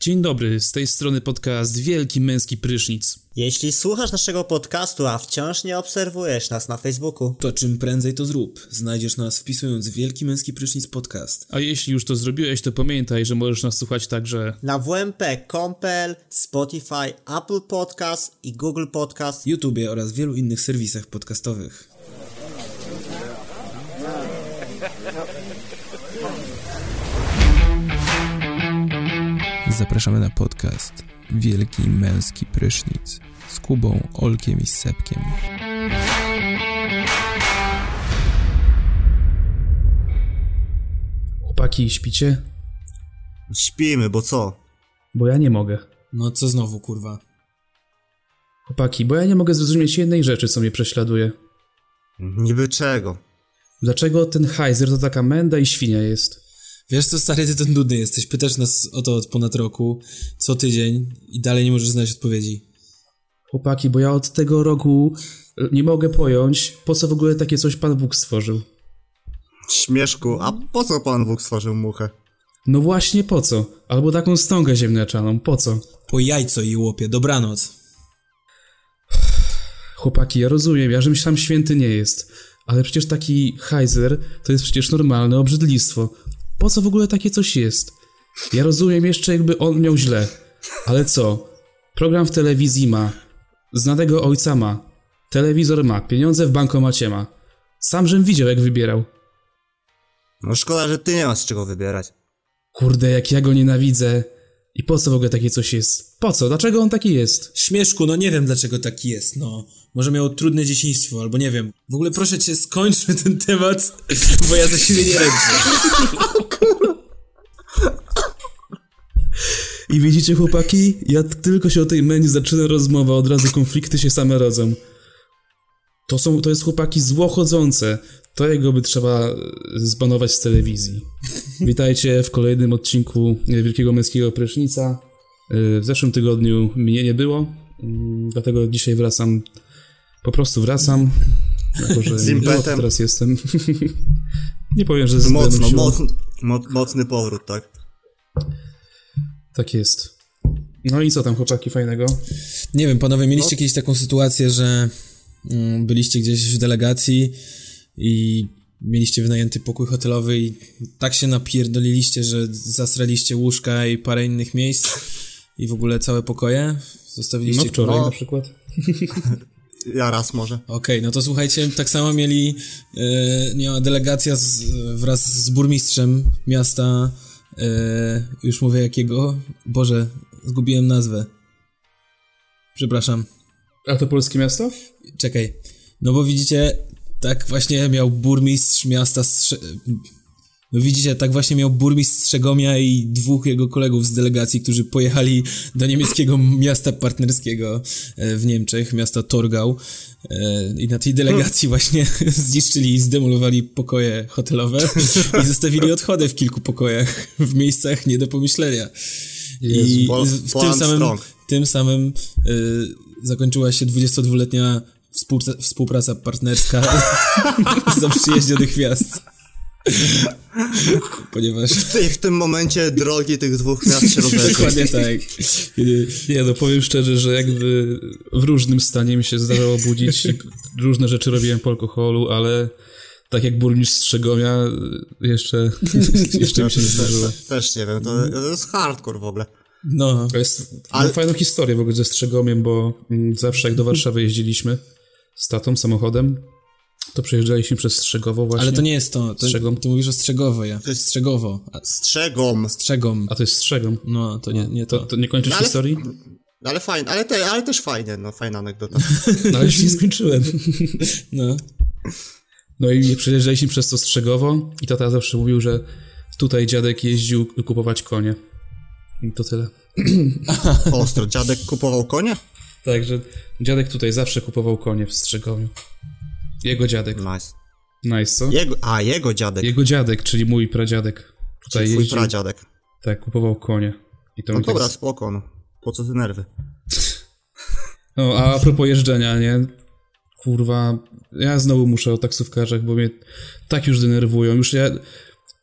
Dzień dobry, z tej strony podcast Wielki Męski Prysznic. Jeśli słuchasz naszego podcastu, a wciąż nie obserwujesz nas na Facebooku, to czym prędzej to zrób. Znajdziesz nas wpisując Wielki Męski Prysznic Podcast. A jeśli już to zrobiłeś, to pamiętaj, że możesz nas słuchać także na wmp.com.pl, Spotify, Apple Podcast i Google Podcast, YouTube oraz wielu innych serwisach podcastowych. Zapraszamy na podcast Wielki Męski Prysznic z Kubą, Olkiem i Sepkiem. Chłopaki, śpicie? Śpimy, bo co? Bo ja nie mogę. No co znowu, kurwa? Chłopaki, bo ja nie mogę zrozumieć jednej rzeczy, co mnie prześladuje. Niby czego? Dlaczego ten hajzer to taka menda i świnia jest? Wiesz co, stary, ty ten nudny jesteś. Pytasz nas o to od ponad roku, co tydzień i dalej nie możesz znaleźć odpowiedzi. Chłopaki, bo ja od tego roku nie mogę pojąć, po co w ogóle takie coś Pan Bóg stworzył. Śmieszku, a po co Pan Bóg stworzył muchę? No właśnie po co? Albo taką stągę ziemniaczaną, po co? Po jajco i łopie, dobranoc. Chłopaki, ja rozumiem, ja żebym sam święty nie jest, ale przecież taki hajzer to jest przecież normalne obrzydlistwo. Po co w ogóle takie coś jest? Ja rozumiem jeszcze, jakby on miał źle. Ale co? Program w telewizji ma. Znanego ojca ma. Telewizor ma. Pieniądze w bankomacie ma. Sam żem widział, jak wybierał. No szkoda, że ty nie masz z czego wybierać. Kurde, jak ja go nienawidzę. I po co w ogóle takie coś jest? Po co? Dlaczego on taki jest? Śmieszku, no nie wiem dlaczego taki jest, no. Może miał trudne dzieciństwo, albo nie wiem. W ogóle proszę cię, skończmy ten temat, bo ja za siebie nie ręczę. I widzicie, chłopaki? Ja tylko się o tej menu zaczyna rozmowa, od razu konflikty się same rodzą. To jest, chłopaki, zło chodzące. To jego by trzeba zbanować z telewizji. Witajcie w kolejnym odcinku Wielkiego Męskiego Prysznica. W zeszłym tygodniu mnie nie było, dlatego dzisiaj wracam. Po prostu wracam. Jako, że z impetem. Teraz jestem. Nie powiem, że z mocny powrót, tak? Tak jest. No i co tam, chłopaki, fajnego? Nie wiem, panowie, mieliście kiedyś taką sytuację, że byliście gdzieś w delegacji i mieliście wynajęty pokój hotelowy i tak się napierdoliliście, że zasraliście łóżka i parę innych miejsc i w ogóle całe pokoje? Zostawiliście... No wczoraj na przykład. Ja raz może. Okej, no to słuchajcie, tak samo miała delegacja wraz z burmistrzem miasta, już mówię jakiego, Boże, zgubiłem nazwę. Przepraszam. A to polskie miasto? Czekaj, no bo widzicie, tak właśnie miał burmistrz miasta Strzegomia i dwóch jego kolegów z delegacji, którzy pojechali do niemieckiego miasta partnerskiego w Niemczech, miasta Torgau, i na tej delegacji właśnie zniszczyli i zdemolowali pokoje hotelowe i zostawili odchody w kilku pokojach w miejscach nie do pomyślenia. I tym samym zakończyła się 22-letnia współpraca partnerska za przyjeździonych gwiazd. Ponieważ... W tym momencie drogi tych dwóch miast się rozeszły. Dokładnie tak. Nie, no powiem szczerze, że jakby w różnym stanie mi się zdarzało budzić i różne rzeczy robiłem po alkoholu, ale tak jak burmistrz Strzegomia jeszcze mi się nie zdarzyło. Też nie wiem, to jest hardcore w ogóle. No. To jest fajną historię w ogóle ze Strzegomiem, bo zawsze jak do Warszawy jeździliśmy z tatą, samochodem, to przejeżdżaliśmy przez Strzegowo właśnie. Ale to nie jest to. Ty mówisz o Strzegowo, ja. To jest Strzegowo. Strzegom. A to jest Strzegom. No, to nie to. To nie kończysz historii? Ale fajnie, ale też fajnie, no fajna anegdota. No ale już nie skończyłem. No. No i przejeżdżaliśmy przez to Strzegowo i tata zawsze mówił, że tutaj dziadek jeździł kupować konie. I to tyle. Ostro, dziadek kupował konie? Tak, że dziadek tutaj zawsze kupował konie w Strzegowiu. Jego dziadek. Nice, co? Jego dziadek. Jego dziadek, czyli mój pradziadek. Tutaj czyli twój pradziadek. Tak, kupował konie. I to no dobra, spoko, no. Po co te nerwy? No, a propos jeżdżenia, nie? Kurwa, ja znowu muszę o taksówkarzach, bo mnie tak już denerwują. Już ja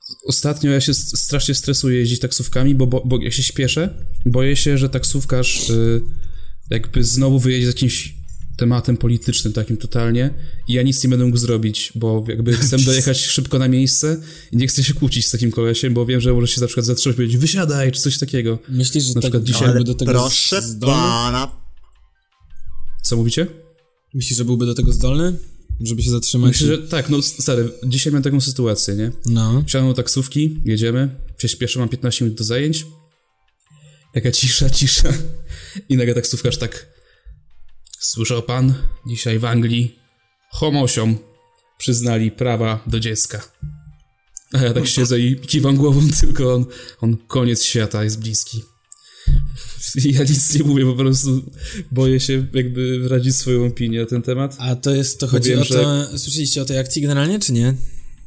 Ostatnio ja się strasznie stresuję jeździć taksówkami, bo ja się śpieszę. Boję się, że taksówkarz jakby znowu wyjedzie z jakimś tematem politycznym takim totalnie i ja nic nie będę mógł zrobić, bo jakby chcę dojechać szybko na miejsce i nie chcę się kłócić z takim kolesiem, bo wiem, że może się na przykład zatrzymać i powiedzieć wysiadaj, czy coś takiego. Myślisz, że na przykład dzisiaj byłby do tego proszę zdolny? pana. Co mówicie? Myślisz, że byłby do tego zdolny? Żeby się zatrzymać? Myślę, że tak, no stary, dzisiaj miałem taką sytuację, nie? No. Wsiadam do taksówki, jedziemy, się śpieszę, mam 15 minut do zajęć. Jaka cisza i nagle taksówkarz tak: słyszał pan, dzisiaj w Anglii homosiom przyznali prawa do dziecka. A ja tak siedzę i kiwam głową, tylko on koniec świata jest bliski. I ja nic nie mówię, po prostu boję się jakby wyrazić swoją opinię na ten temat. A to chodzi wiem, o to, słyszeliście o tej akcji generalnie, czy nie?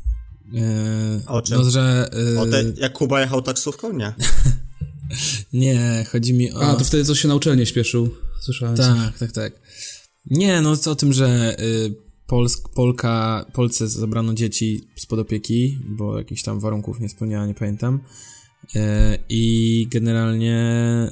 O czym? No, że... Jak Kuba jechał taksówką? Nie. Nie, chodzi mi o... A, to wtedy co się na uczelnię śpieszył. Słyszałem. Tak. Nie, no to o tym, że Polce zabrano dzieci spod opieki, bo jakichś tam warunków nie spełniała, nie pamiętam. I generalnie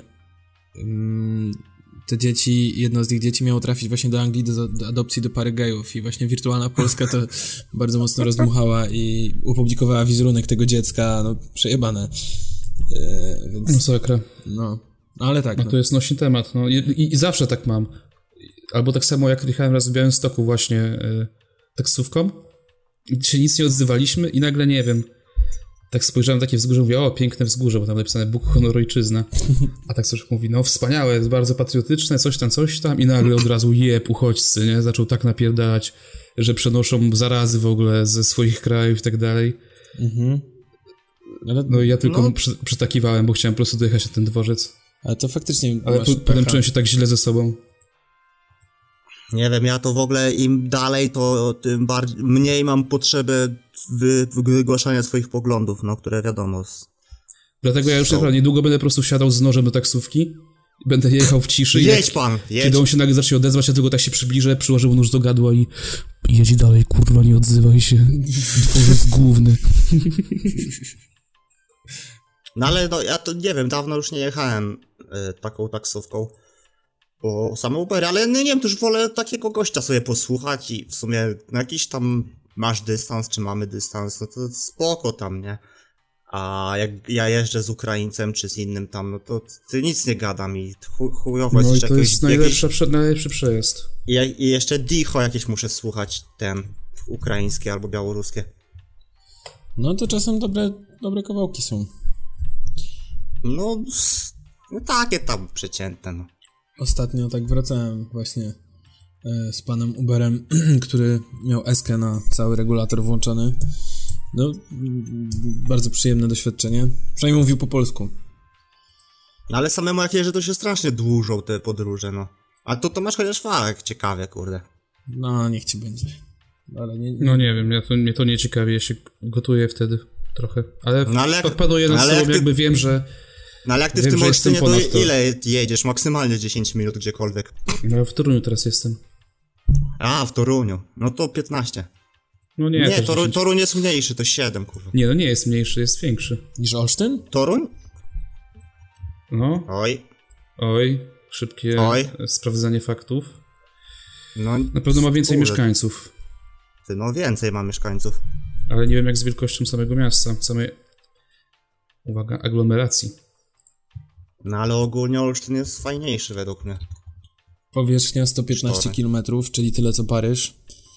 te dzieci, jedno z tych dzieci miało trafić właśnie do Anglii do adopcji do pary gejów i właśnie Wirtualna Polska to bardzo mocno rozdmuchała i opublikowała wizerunek tego dziecka, no przejebane. Więc, Masakra. no, ale tak. No to jest nośny temat, no i zawsze tak mam. Albo tak samo jak jechałem raz w Białymstoku właśnie taksówką i się nic nie odzywaliśmy i nagle, nie wiem, tak spojrzałem na takie wzgórze, mówię, o, piękne wzgórze, bo tam napisane Bóg, honor, ojczyzna. A tak coś mówi, no wspaniałe, jest bardzo patriotyczne, coś tam i nagle od razu uchodźcy, nie? Zaczął tak napierdalać, że przenoszą zarazy w ogóle ze swoich krajów i tak dalej. Mhm. Ale, no i ja tylko przytakiwałem, bo chciałem po prostu dojechać na ten dworzec. Ale to faktycznie ale potem czułem się tak źle ze sobą. Nie wiem, ja to w ogóle im dalej, to tym mniej mam potrzebę wygłaszania swoich poglądów, no, które wiadomo. Dlatego ja już naprawdę niedługo będę po prostu wsiadał z nożem do taksówki i będę jechał w ciszy. Jedź pan, jedź. Kiedy on się nagle zacznie odezwać, ja tylko tak się przybliżę, przyłożył nóż do gadła i jedź dalej, kurwa, nie odzywaj się. Dworzec główny. No ale no, ja to nie wiem, dawno już nie jechałem taką taksówką. Bo same Ubery, ale nie wiem, też wolę takiego gościa sobie posłuchać i w sumie no jakiś tam masz dystans, czy mamy dystans, no to spoko tam, nie? A jak ja jeżdżę z Ukraińcem, czy z innym tam, no to ty nic nie gadam i chujowo jest. No i to jest najlepszy przejazd. I jeszcze dicho jakieś muszę słuchać, ukraińskie albo białoruskie. No to czasem dobre kawałki są. No takie tam przecięte, no. Ostatnio tak wracałem właśnie z panem Uberem, który miał eskę na cały regulator włączony. No, bardzo przyjemne doświadczenie. Przynajmniej mówił po polsku. No ale samemu jak jeżdżę, to się strasznie dłużą te podróże, no. A to masz chociaż fakt, ciekawie, kurde. No, niech ci będzie. Ale nie. No nie wiem, mnie to nie ciekawi, ja się gotuję wtedy trochę. Ale, odpaduję nad sobą, jakby wiem, że... No ale jak ty w tym Olsztynie, to ile jedziesz? Maksymalnie 10 minut gdziekolwiek. No w Toruniu teraz jestem. A, w Toruniu. No to 15. No nie, Toruń jest mniejszy, to 7, kurwa. Nie, no nie jest mniejszy, jest większy. Niż Olsztyn? Toruń? No. Oj. Szybkie sprawdzanie faktów. No, na pewno ma więcej mieszkańców. No więcej ma mieszkańców. Ale nie wiem jak z wielkością samego miasta, samej, uwaga, aglomeracji. No ale ogólnie Olsztyn jest fajniejszy według mnie. Powierzchnia 115 km, czyli tyle co Paryż.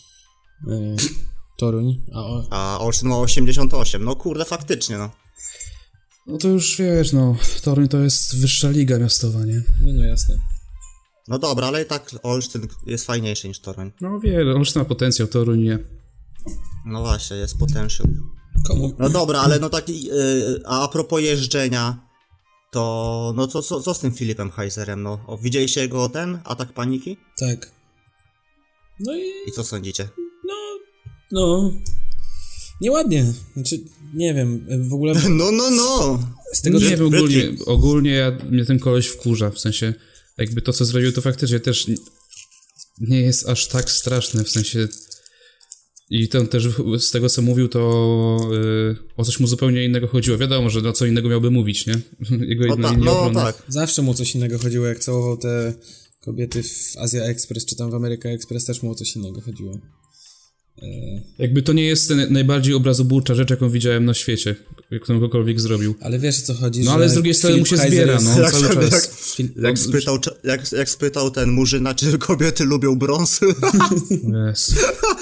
Toruń. A Olsztyn ma 88. No kurde, faktycznie, no. No to już wiesz, no, Toruń to jest wyższa liga miastowa, nie? No jasne. No dobra, ale i tak Olsztyn jest fajniejszy niż Toruń. No wiele, Olsztyn ma potencjał, Toruń nie. No właśnie, jest potential. Komu? No dobra, ale no taki, a propos jeżdżenia, to no co z tym Filipem Heiserem, no? Widzieliście jego atak paniki? Tak. No i co sądzicie? No. Nieładnie. Znaczy, nie wiem, w ogóle... No. Z tego nie wiem, ogólnie mnie ten koleś wkurza, w sensie jakby to, co zrobił, to faktycznie też nie jest aż tak straszne, w sensie I ten też z tego, co mówił, to o coś mu zupełnie innego chodziło. Wiadomo, że no co innego miałby mówić, nie? Jego No tak. Zawsze mu o coś innego chodziło, jak całował te kobiety w Asia Express, czy tam w America Express, też mu o coś innego chodziło. Jakby to nie jest najbardziej obrazobórcza rzecz, jaką widziałem na świecie, którą ktokolwiek zrobił. Ale wiesz, o co chodzi, no ale z drugiej strony mu się zbiera, no, cały czas. Jak spytał ten Murzyna, czy kobiety lubią brąz? Yes.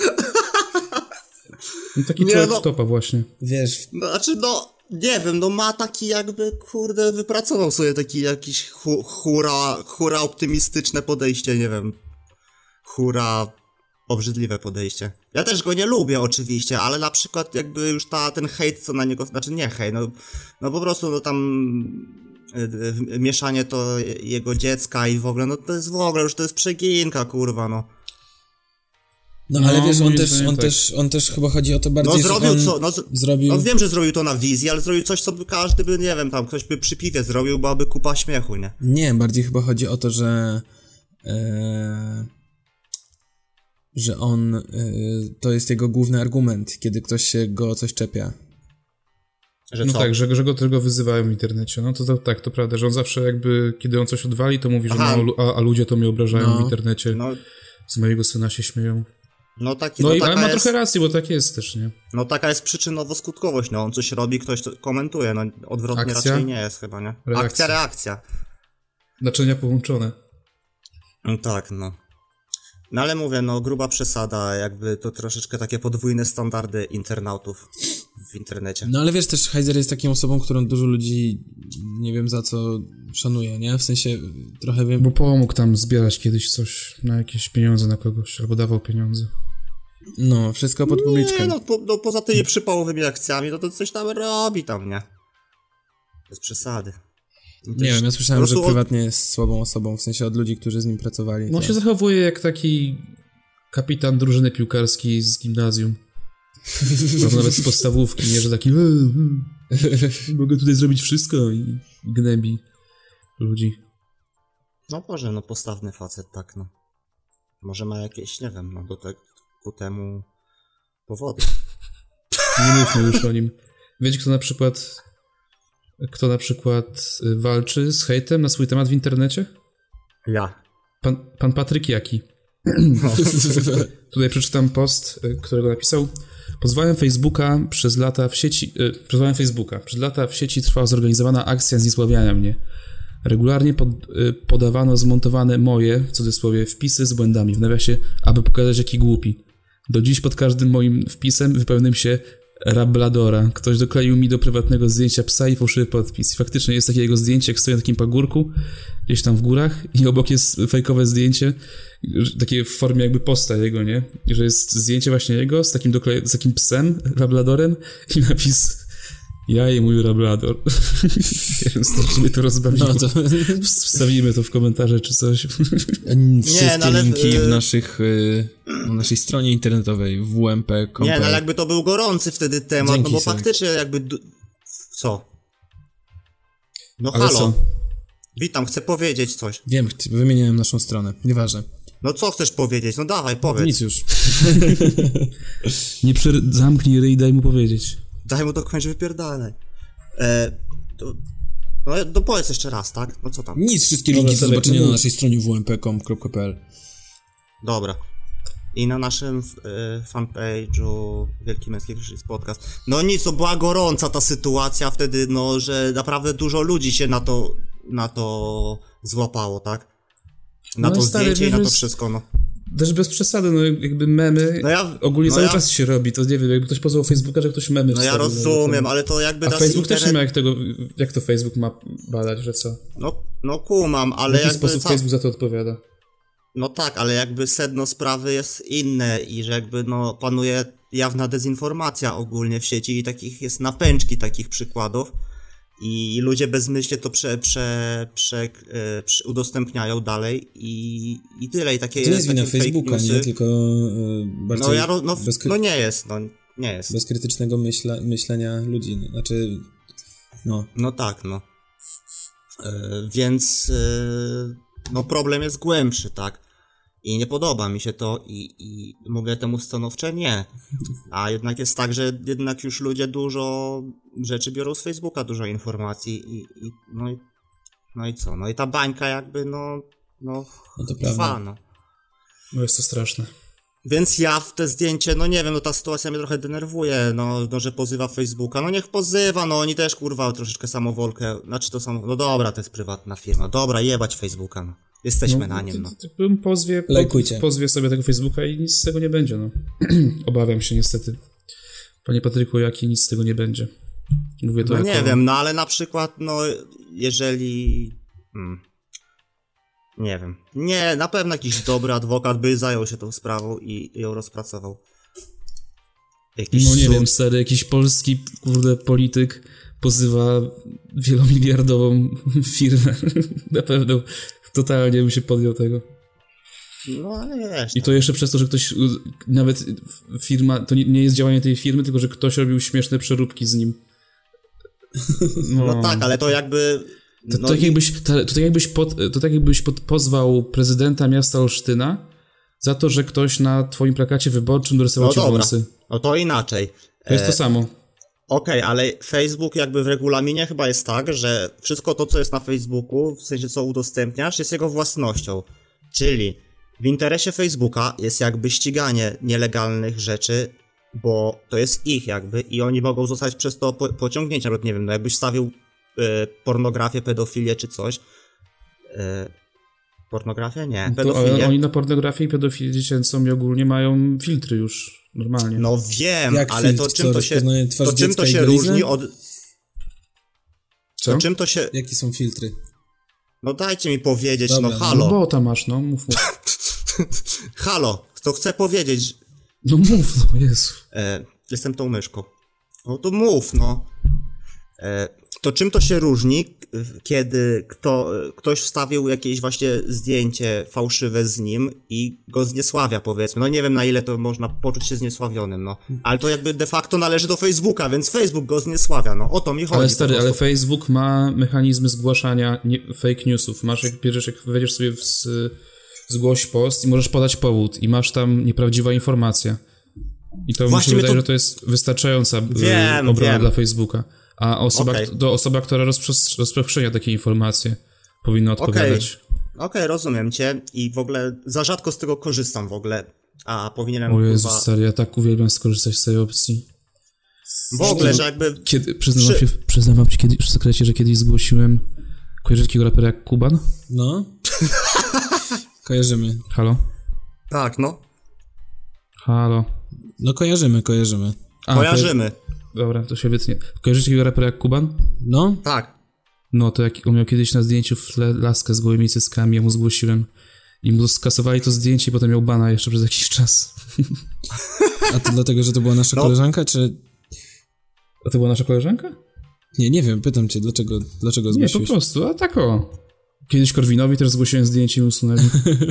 No taki człowiek wtopa właśnie. Wiesz... Znaczy, nie wiem, ma taki jakby, kurde, wypracował sobie taki jakiś hura optymistyczne podejście, nie wiem. Obrzydliwe podejście. Ja też go nie lubię oczywiście, ale na przykład jakby już ten hejt, co na niego, znaczy nie hejt, no po prostu tam mieszanie to jego dziecka i w ogóle, no to jest w ogóle, już to jest przeginka, kurwa, no. No ale wiesz, on też chyba chodzi o to bardziej, zrobił... No wiem, że zrobił to na wizji, ale zrobił coś, co by każdy by, nie wiem, tam ktoś by przy piwie zrobił, byłaby kupa śmiechu, nie? Nie, bardziej chyba chodzi o to, że on, to jest jego główny argument, kiedy ktoś się go o coś czepia. Że no co? tak, że go tylko wyzywają w internecie. No to tak, to prawda, że on zawsze jakby, kiedy on coś odwali, to mówi, że a ludzie to mnie obrażają w internecie. No. Z mojego syna się śmieją. Ale ma trochę racji, bo tak jest też, nie? No taka jest przyczynowo-skutkowość, no on coś robi, ktoś to komentuje, no odwrotnie akcja? Raczej nie jest chyba, nie? Reakcja. Naczynia połączone. No tak, no. No ale mówię, gruba przesada, jakby to troszeczkę takie podwójne standardy internautów w internecie. No ale wiesz, też Heiser jest taką osobą, którą dużo ludzi, nie wiem za co, szanuje, nie? W sensie trochę wiem... Bo pomógł tam zbierać kiedyś coś na jakieś pieniądze na kogoś, albo dawał pieniądze. No, wszystko pod publiczkę. No poza tymi przypałowymi akcjami, no to coś tam robi tam, nie? Bez przesady. Nie wiem, ja słyszałem, że prywatnie jest słabą osobą, w sensie od ludzi, którzy z nim pracowali. No on się zachowuje jak taki kapitan drużyny piłkarskiej z gimnazjum. Albo nawet z podstawówki, nie, że taki mogę tutaj zrobić wszystko i gnębi ludzi. No może, postawny facet, tak, no. Może ma jakieś, nie wiem, ku temu powody. Nie mówmy już o nim. Wiecie, kto na przykład walczy z hejtem na swój temat w internecie? Ja. Pan Patryk Jaki. Tutaj przeczytam post, którego napisał. Pozwałem Facebooka. Przez lata w sieci trwała zorganizowana akcja zniesławiania mnie. Regularnie podawano zmontowane moje, w cudzysłowie, wpisy z błędami, w nawiasie, aby pokazać, jaki głupi. Do dziś pod każdym moim wpisem wypełniam się Rabladora. Ktoś dokleił mi do prywatnego zdjęcia psa i fałszywy podpis. I faktycznie jest takie jego zdjęcie, jak stoi na takim pagórku, gdzieś tam w górach i obok jest fejkowe zdjęcie, takie w formie jakby posta jego, nie? I że jest zdjęcie właśnie jego z takim psem, Rabladorem i napis ja i mój Rablador. Nie wiem, strasznie to rozbawiło. No to... Wstawimy to w komentarze czy coś. Wszystkie linki w na naszej stronie internetowej www.ump.com. Nie, ale jakby to był gorący wtedy temat, dzięki, bo faktycznie jakby... Co? No ale halo. Co? Witam, chcę powiedzieć coś. Wiem, wymieniałem naszą stronę, nieważne. No co chcesz powiedzieć? No dawaj, powiedz. Nic już. Nie zamknij ryj, daj mu powiedzieć. Daj mu dokończyć, wypierdalaj. No powiedz jeszcze raz, tak? No co tam? Nic, wszystkie linki do zobaczenia na naszej stronie www.ump.pl. Dobra. I na naszym fanpage'u Wielki Męski Krzyżyc Podcast. No nic, to była gorąca ta sytuacja wtedy, że naprawdę dużo ludzi się na to złapało, tak? Na to zdjęcie i na to wszystko, no. Też bez przesady, jakby memy ogólnie cały czas się robi, to nie wiem, jakby ktoś pozwał Facebooka, że ktoś memy wstawił. Ja rozumiem, ale to jakby... A Facebook też nie ma jak to Facebook ma badać, że co? No kumam, ale w jaki sposób Facebook za to odpowiada? No tak, ale jakby sedno sprawy jest inne i że jakby panuje jawna dezinformacja ogólnie w sieci i takich jest napęczki takich przykładów i ludzie bezmyślnie to udostępniają dalej i tyle. I takie to jest wina Facebooka, nie? Tylko bardziej nie jest. Bez krytycznego myślenia ludzi, znaczy No tak, no. Więc problem jest głębszy, tak? I nie podoba mi się to i mówię temu stanowcze nie. A jednak jest tak, że jednak już ludzie dużo rzeczy biorą z Facebooka, dużo informacji no i co? No i ta bańka jakby no to trwa, prawda. no. No jest to straszne. Więc ja w te zdjęcie, no nie wiem, no ta sytuacja mnie trochę denerwuje, no że pozywa Facebooka, no niech pozywa, no oni też kurwa troszeczkę samowolkę, znaczy to samo, no dobra, to jest prywatna firma, dobra, jebać Facebooka, no. Jesteśmy na nim, no. Bym Lajkujcie. pozwie sobie tego Facebooka i nic z tego nie będzie, no. Obawiam się niestety. Panie Patryku, jaki nic z tego nie będzie. Mówię to No jako... nie wiem, no ale na przykład, no jeżeli... Nie wiem. Nie, na pewno jakiś dobry adwokat by zajął się tą sprawą i ją rozpracował. Jakiś No nie sąd. wiem, stary, jakiś polski, kurde, polityk pozywa wielomiliardową firmę. Na pewno totalnie bym się podjął tego. No ale wiesz. I to jeszcze przez to, że ktoś, nawet firma, to nie jest działanie tej firmy, tylko że ktoś robił śmieszne przeróbki z nim. No tak, ale to jakby... To tak jakbyś pozwał prezydenta miasta Olsztyna za to, że ktoś na twoim plakacie wyborczym dorysował No ci dobra, wąsy. no to inaczej. To jest to samo. Okej, ale Facebook jakby w regulaminie chyba jest tak, że wszystko to, co jest na Facebooku, w sensie co udostępniasz, jest jego własnością. Czyli w interesie Facebooka jest jakby ściganie nielegalnych rzeczy, bo to jest ich jakby i oni mogą zostać przez to pociągnięci. Nawet nie wiem, no jakbyś wstawił pornografię, pedofilię czy coś. Pornografię? Nie, pedofilię. Ale oni na pornografię i pedofilię dziecięcą i ogólnie mają filtry już normalnie. No wiem, Jak ale filtr, to czym co, to się, rozpoznaje twarz to czym dziecka to i się bieliznę? różni od... Co? To czym to się... Jakie są filtry? No dajcie mi powiedzieć, Dobra, no no halo. No bo tam masz, no mów. Halo, to chcę powiedzieć, No mów, no Jezu. jestem tą myszką. No to mów, no. To czym to się różni, kiedy ktoś wstawił jakieś właśnie zdjęcie fałszywe z nim i go zniesławia, powiedzmy. No nie wiem, na ile to można poczuć się zniesławionym, no. Ale to jakby de facto należy do Facebooka, więc Facebook go zniesławia, no. O to mi chodzi. Ale po stary, ale prostu. Facebook ma mechanizmy zgłaszania fake newsów. Masz, jak wejdziesz sobie w zgłoś post i możesz podać powód i masz tam nieprawdziwa informacja. I to mi Właśnie się wydaje, to- że to jest wystarczająca obrona wiem. dla Facebooka. A Okej. osoba, która rozprzestrzenia takie informacje, powinna odpowiadać. Okej, rozumiem cię i w ogóle za rzadko z tego korzystam w ogóle, a powinienem O Jezus, chyba... stary, ja tak uwielbiam skorzystać z tej opcji. W ogóle, że jakby... Przyznam wam ci kiedyś w sekrecie, że kiedyś zgłosiłem kojarzysz takiego rapera jak Kuban? No. Kojarzymy. Halo? Tak, no. Halo? No kojarzymy. Kojarzymy. Dobra, to się wytnie. Kojarzysz takiego rapera jak Kuban? No. Tak. No, to jak on miał kiedyś na zdjęciu w tle laskę z gołymi cyckami, ja mu zgłosiłem. I mu skasowali to zdjęcie i potem miał bana jeszcze przez jakiś czas. A to dlatego, że to była nasza No. koleżanka, czy... A to była nasza koleżanka? Nie wiem, pytam cię, dlaczego Nie, po zgłosiłeś? prostu, a tak o. Kiedyś Korwinowi też zgłosiłem zdjęcie i usunęli.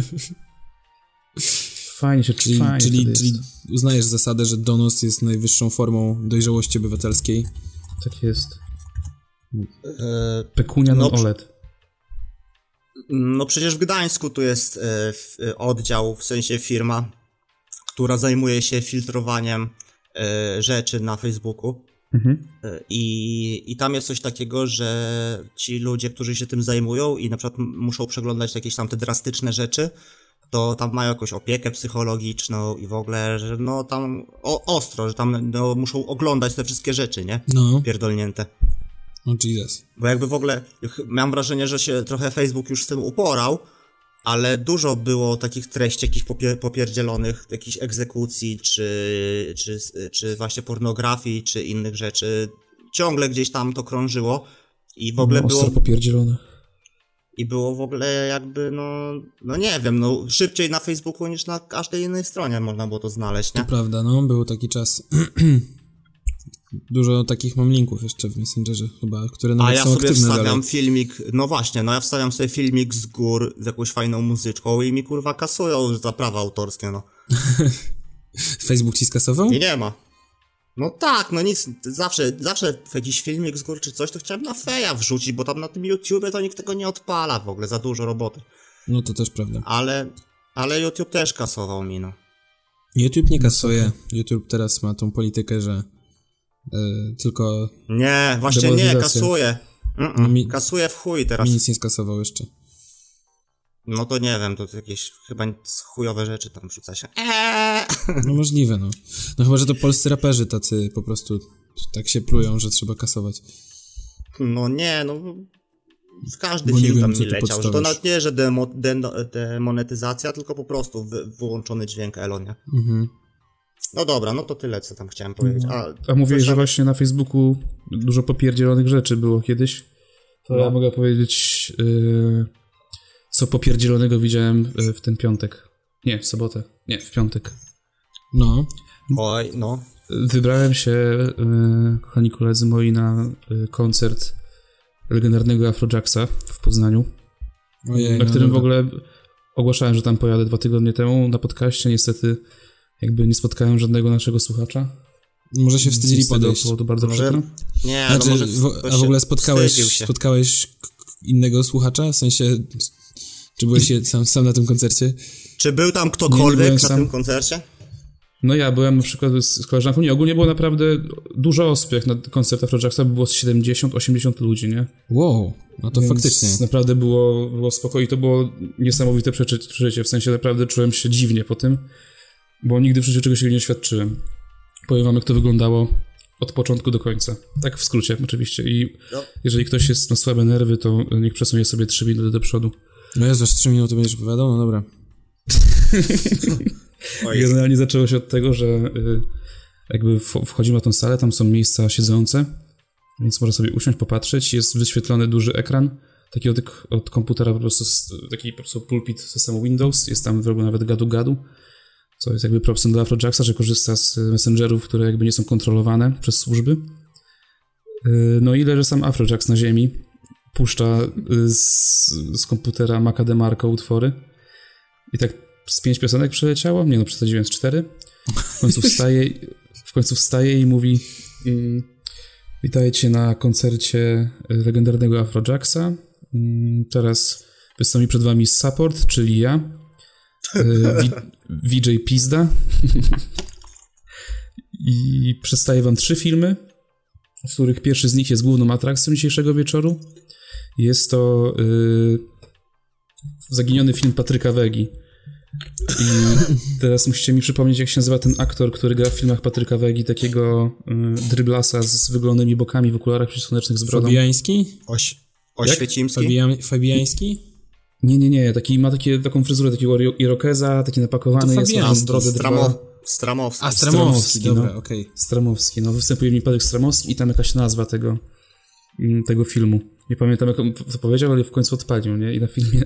Fajnie się Czyli uznajesz zasadę, że donos jest najwyższą formą dojrzałości obywatelskiej? Tak jest. E, Pekunia No, non OLED. No przecież w Gdańsku tu jest oddział, w sensie firma, która zajmuje się filtrowaniem rzeczy na Facebooku. Mhm. I tam jest coś takiego, że ci ludzie, którzy się tym zajmują i na przykład muszą przeglądać jakieś tam te drastyczne rzeczy, to tam mają jakąś opiekę psychologiczną i w ogóle, że no tam ostro, że tam no, muszą oglądać te wszystkie rzeczy, nie? No. Pierdolnięte. O Jesus. Bo jakby w ogóle, mam wrażenie, że się trochę Facebook już z tym uporał, ale dużo było takich treści jakichś popierdzielonych, jakichś egzekucji, czy właśnie pornografii, czy innych rzeczy. Ciągle gdzieś tam to krążyło i w ogóle Ostro było... popierdzielone. I było w ogóle jakby, no nie wiem, no szybciej na Facebooku niż na każdej innej stronie można było to znaleźć, nie? To prawda, no, był taki czas. Dużo takich mam linków jeszcze w Messengerze chyba, które A nawet ja są sobie aktywne wstawiam dalej. filmik, no właśnie, no ja wstawiam sobie filmik z gór z jakąś fajną muzyczką i mi kurwa kasują za prawa autorskie, no. Facebook ci skasował? I nie ma. No tak, no nic, zawsze jakiś filmik z góry czy coś, to chciałem na feja wrzucić, bo tam na tym YouTubie to nikt tego nie odpala w ogóle, za dużo roboty. No to też prawda. Ale YouTube też kasował mi, no. YouTube nie kasuje. YouTube teraz ma tą politykę, że tylko... Nie, właśnie nie, demonetyzacja. kasuje. Kasuje w chuj teraz. Mi nic nie skasował jeszcze. No to nie wiem, to jakieś chyba chujowe rzeczy tam wrzuca się. No możliwe, no. No chyba, że to polscy raperzy tacy po prostu tak się plują, że trzeba kasować. No nie, no... W każdy Bo nie film wiem, tam co mi tu leciał, że to podstawiasz. nawet nie, że demonetyzacja, tylko po prostu wyłączony dźwięk Elo, nie? Mhm. No dobra, no to tyle, co tam chciałem powiedzieć. A mówiłeś, coś że tam- właśnie na Facebooku dużo popierdzielonych rzeczy było kiedyś. To ja mogę powiedzieć, co popierdzielonego widziałem w ten piątek. Nie, w sobotę. Nie, w piątek. No. Oj, no. Wybrałem się, kochani koledzy moi, na koncert legendarnego Afrojacksa w Poznaniu, Ojej, na no którym w dobra. ogóle ogłaszałem, że tam pojadę 2 tygodnie temu na podcaście. Niestety jakby nie spotkałem żadnego naszego słuchacza. Może się wstydzili Z tego podejść. powodu bardzo Może- przykro. Nie, Znaczy, no może a w ogóle wstydził się. spotkałeś innego słuchacza? W sensie, czy byłeś sam na tym koncercie? Czy był tam Nie ktokolwiek byłem na sam. tym koncercie? No ja byłem na przykład z koleżanką. Nie, ogólnie było naprawdę dużo osób, jak na koncert Afrojacksa było 70-80 ludzi, nie? Wow, no to Więc faktycznie. naprawdę było spoko i to było niesamowite przeżycie. W sensie naprawdę czułem się dziwnie po tym, bo nigdy w życiu czegoś takiego nie doświadczyłem. Powiem wam, jak to wyglądało od początku do końca. Tak w skrócie oczywiście. I No. jeżeli ktoś jest na słabe nerwy, to niech przesunie sobie 3 minuty do przodu. No Jezu, aż 3 minuty będziesz opowiadał? No dobra. Oj, Generalnie zaczęło się od tego, że jakby wchodzimy na tą salę, tam są miejsca siedzące, więc można sobie usiąść, popatrzeć. Jest wyświetlony duży ekran, taki od komputera po prostu, taki po prostu pulpit systemu Windows. Jest tam w ogóle nawet gadu-gadu, co jest jakby propsem dla Afrojacksa, że korzysta z messengerów, które jakby nie są kontrolowane przez służby. No i leży sam Afrojax na ziemi, puszcza z komputera Maca DeMarco utwory i tak z 5 piosenek przeleciało, nie no, przesadziłem z 4. W końcu wstaje i mówi: witajcie na koncercie legendarnego Afrojacksa. Teraz wystąpi przed wami support, czyli ja, VJ Pizda. I przedstawię wam 3 filmy, z których pierwszy z nich jest główną atrakcją dzisiejszego wieczoru. Jest to zaginiony film Patryka Wegi. I teraz musicie mi przypomnieć, jak się nazywa ten aktor, który gra w filmach Patryka Wegi, takiego dryblasa z wyglądanymi bokami w okularach przeciwsłonecznych z brodą. Fabiański? Oświecimski? Fabiański? Nie, ma taką fryzurę takiego irokeza, taki napakowany, To jest Fabiański, na brodę drwala. Stramowski. A, Stramowski, dobra, no. okej. Stramowski, no występuje mi Patryk Stramowski i tam jakaś nazwa tego filmu. Nie pamiętam, jak on to powiedział, ale w końcu odpalił, nie? I na filmie...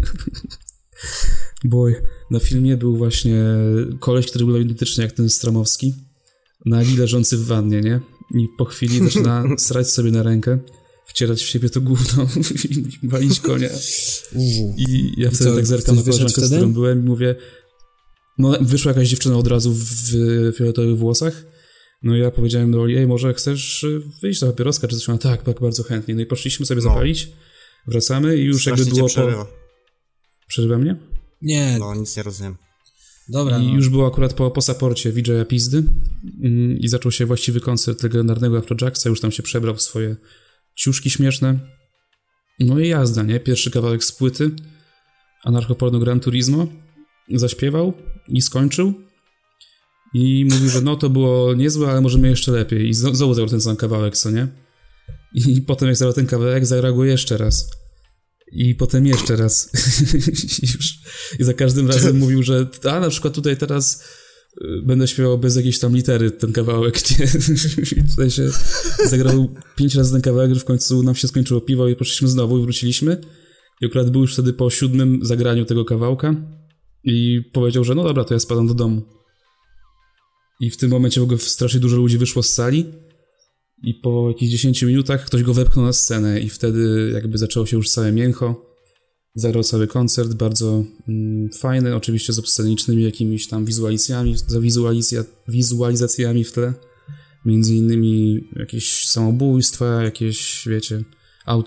Na filmie był właśnie koleś, który był identyczny jak ten Stramowski, nagi leżący w wannie, nie? I po chwili zaczyna srać sobie na rękę, wcierać w siebie to gówno i walić konia. I ja wtedy co, tak zerkam na ktoś wyszedł koleżankę, z wtedy? którą byłem i mówię... No, wyszła jakaś dziewczyna od razu w fioletowych włosach. No i ja powiedziałem do Oli: może chcesz wyjść do papieroska, czy coś? Ona: tak, bardzo chętnie. No i poszliśmy sobie zapalić, wracamy i już Strasznie jakby było cię przerywa. Przerywa mnie? Nie, No, nic nie rozumiem. dobra. I No. już było akurat po saporcie VJ'a Pizdy i zaczął się właściwy koncert legendarnego Afrojacksa. Już tam się przebrał w swoje ciuszki śmieszne. No i jazda, nie? Pierwszy kawałek z płyty Anarchoporno Gran Turismo zaśpiewał i skończył. I mówił, że no to było niezłe, ale możemy jeszcze lepiej. I znowu zagrał ten sam kawałek, co nie? I potem jak zagrał ten kawałek, zagrał go jeszcze raz. I potem jeszcze raz. I za każdym razem mówił, że na przykład tutaj teraz będę śpiewał bez jakiejś tam litery ten kawałek, nie? I tutaj się zagrał 5 razy ten kawałek, że w końcu nam się skończyło piwo i poszliśmy znowu i wróciliśmy. I akurat był już wtedy po 7. zagraniu tego kawałka i powiedział, że no dobra, to ja spadam do domu. I w tym momencie w ogóle strasznie dużo ludzi wyszło z sali i po jakichś 10 minutach ktoś go wepchnął na scenę i wtedy jakby zaczęło się już całe mięcho. Zagrał cały koncert, bardzo fajny, oczywiście z obscenicznymi jakimiś tam wizualizacjami w tle. Między innymi jakieś samobójstwa, jakieś, wiecie,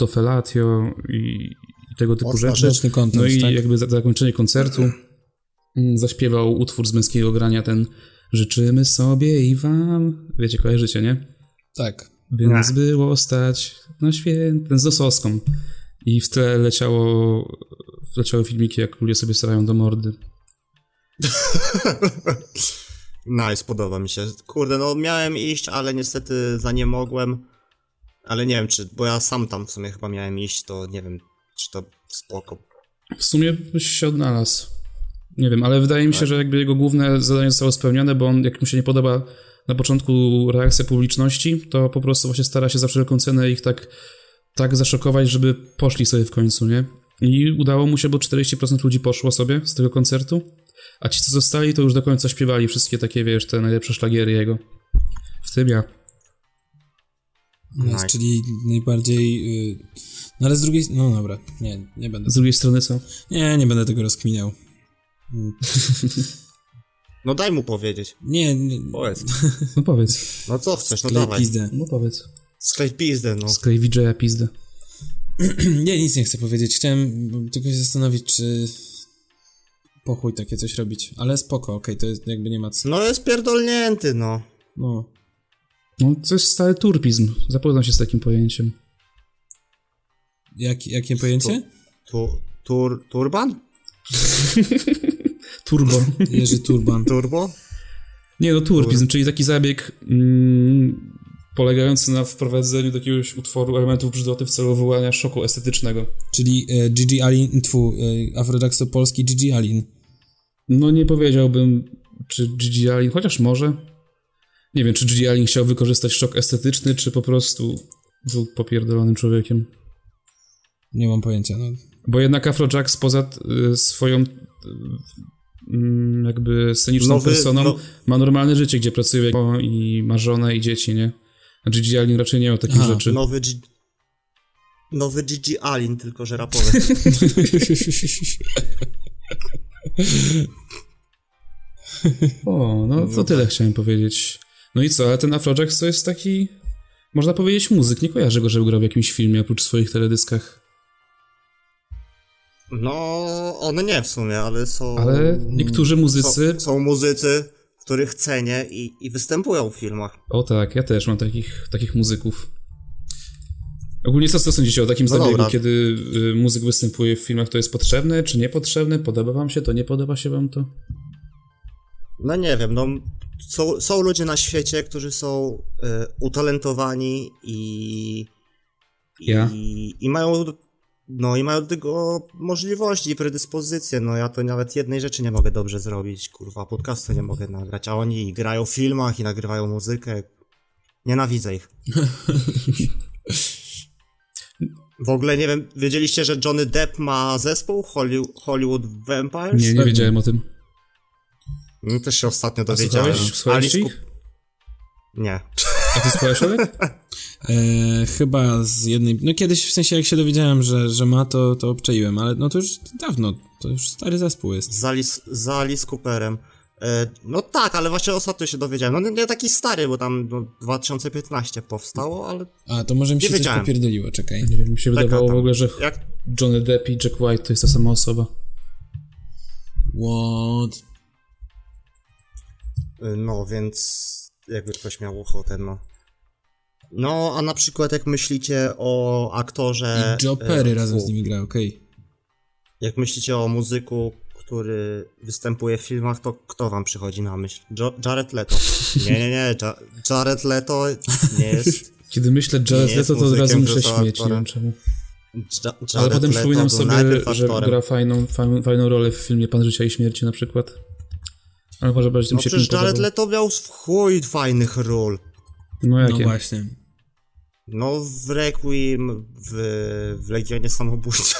autofellatio i tego typu rzeczy. Mocny content, No i tak? jakby zakończenie koncertu zaśpiewał utwór z męskiego grania, ten życzymy sobie i wam. Wiecie, kojarzycie, nie? Tak. By nas było stać na święty, ten z Dosowską. I w tle leciały filmiki, jak ludzie sobie srają do mordy. Nice, podoba mi się. Kurde, no miałem iść, ale niestety za nie mogłem. Ale nie wiem, bo ja sam tam w sumie chyba miałem iść, to nie wiem, czy to spoko. W sumie byś się odnalazł. Nie wiem, ale wydaje mi się, że jakby jego główne zadanie zostało spełnione, bo on, jak mu się nie podoba na początku reakcja publiczności, to po prostu właśnie stara się za wszelką cenę ich tak zaszokować, żeby poszli sobie w końcu, nie? I udało mu się, bo 40% ludzi poszło sobie z tego koncertu, a ci, co zostali, to już do końca śpiewali wszystkie takie, wiesz, te najlepsze szlagiery jego. W tym ja. Nice. Czyli najbardziej... No ale z drugiej... No dobra, nie będę... Z drugiej strony co? Nie będę tego rozkminiał. No daj mu powiedzieć. Nie. Powiedz. No powiedz. No co chcesz, no Sklej dawaj. pizdę. No powiedz. Sklej pizdę, no. Sklej VJ-a pizdę. Nie, nic nie chcę powiedzieć. Chciałem tylko się zastanowić, czy... Po chuj takie coś robić. Ale spoko, okej, to jest, jakby nie ma co. No jest pierdolnięty, no. No. No to jest stały turpizm. Zapoznam się z takim pojęciem. Jakie pojęcie? Turban? Turbo. Jerzy Turban. Turbo? Nie, no turpizm, czyli taki zabieg polegający na wprowadzeniu do jakiegoś utworu elementów brzydoty w celu wywołania szoku estetycznego. Czyli Gigi Alin, Afrojack to polski Gigi Alin. No nie powiedziałbym, czy Gigi Alin, chociaż może. Nie wiem, czy Gigi Alin chciał wykorzystać szok estetyczny, czy po prostu był popierdolonym człowiekiem. Nie mam pojęcia, no. Bo jednak Afrojack poza swoją jakby sceniczną personą ma normalne życie, gdzie pracuje i ma żonę i dzieci, nie? A Gigi Alin raczej nie miał takich rzeczy. Nowy Gigi Alin, tylko że rapowy. O, no to tyle chciałem powiedzieć. No i co, ale ten Afrojack to jest taki, można powiedzieć, muzyk. Nie kojarzę go, żeby grał w jakimś filmie oprócz swoich teledyskach. No, one nie w sumie, ale są... Ale niektórzy muzycy... Są muzycy, których cenię i występują w filmach. O tak, ja też mam takich muzyków. Ogólnie co sądzicie o takim zabiegu, kiedy muzyk występuje w filmach? To jest potrzebne, czy niepotrzebne? Podoba wam się to, nie podoba się wam to? No nie wiem, no są ludzie na świecie, którzy są utalentowani i mają do tego możliwości i predyspozycje. No ja to nawet jednej rzeczy nie mogę dobrze zrobić, kurwa, podcastu nie mogę nagrać, a oni grają w filmach i nagrywają muzykę. Nienawidzę ich. W ogóle nie wiem, wiedzieliście, że Johnny Depp ma zespół Hollywood Vampires? Nie wiedziałem o tym. No, też się ostatnio dowiedziałem. Słuchałeś ich? Nie. A ty słuchałeś, Olek? Chyba z jednej... No kiedyś, w sensie jak się dowiedziałem, że ma, to obczaiłem, ale no to już dawno, to już stary zespół jest. Z Alice Cooperem. No tak, ale właśnie ostatnio się dowiedziałem. No nie taki stary, bo tam 2015 powstało, ale... A, to może mi się coś popierdoliło, czekaj. Nie wiem, mi się wydawało w ogóle, że Johnny Depp i Jack White to jest ta sama osoba. What? No, więc jakby ktoś miał ochotę, no. No, a na przykład jak myślicie o aktorze... I Joe Perry razem z nimi gra, okej. Jak myślicie o muzyku, który występuje w filmach, to kto wam przychodzi na myśl? Jared Leto. Nie. Jared Leto nie jest... Kiedy myślę Jared Leto, to od razu muszę śmieć, nie wiem czemu. Ale potem przypominam sobie, że gra fajną rolę w filmie Pan Życia i Śmierci na przykład. Ale może bardziej tym się przecież Jared Leto miał w chuj fajnych ról. No jakie? No właśnie. No w Requiem, w Legionie Samobójców.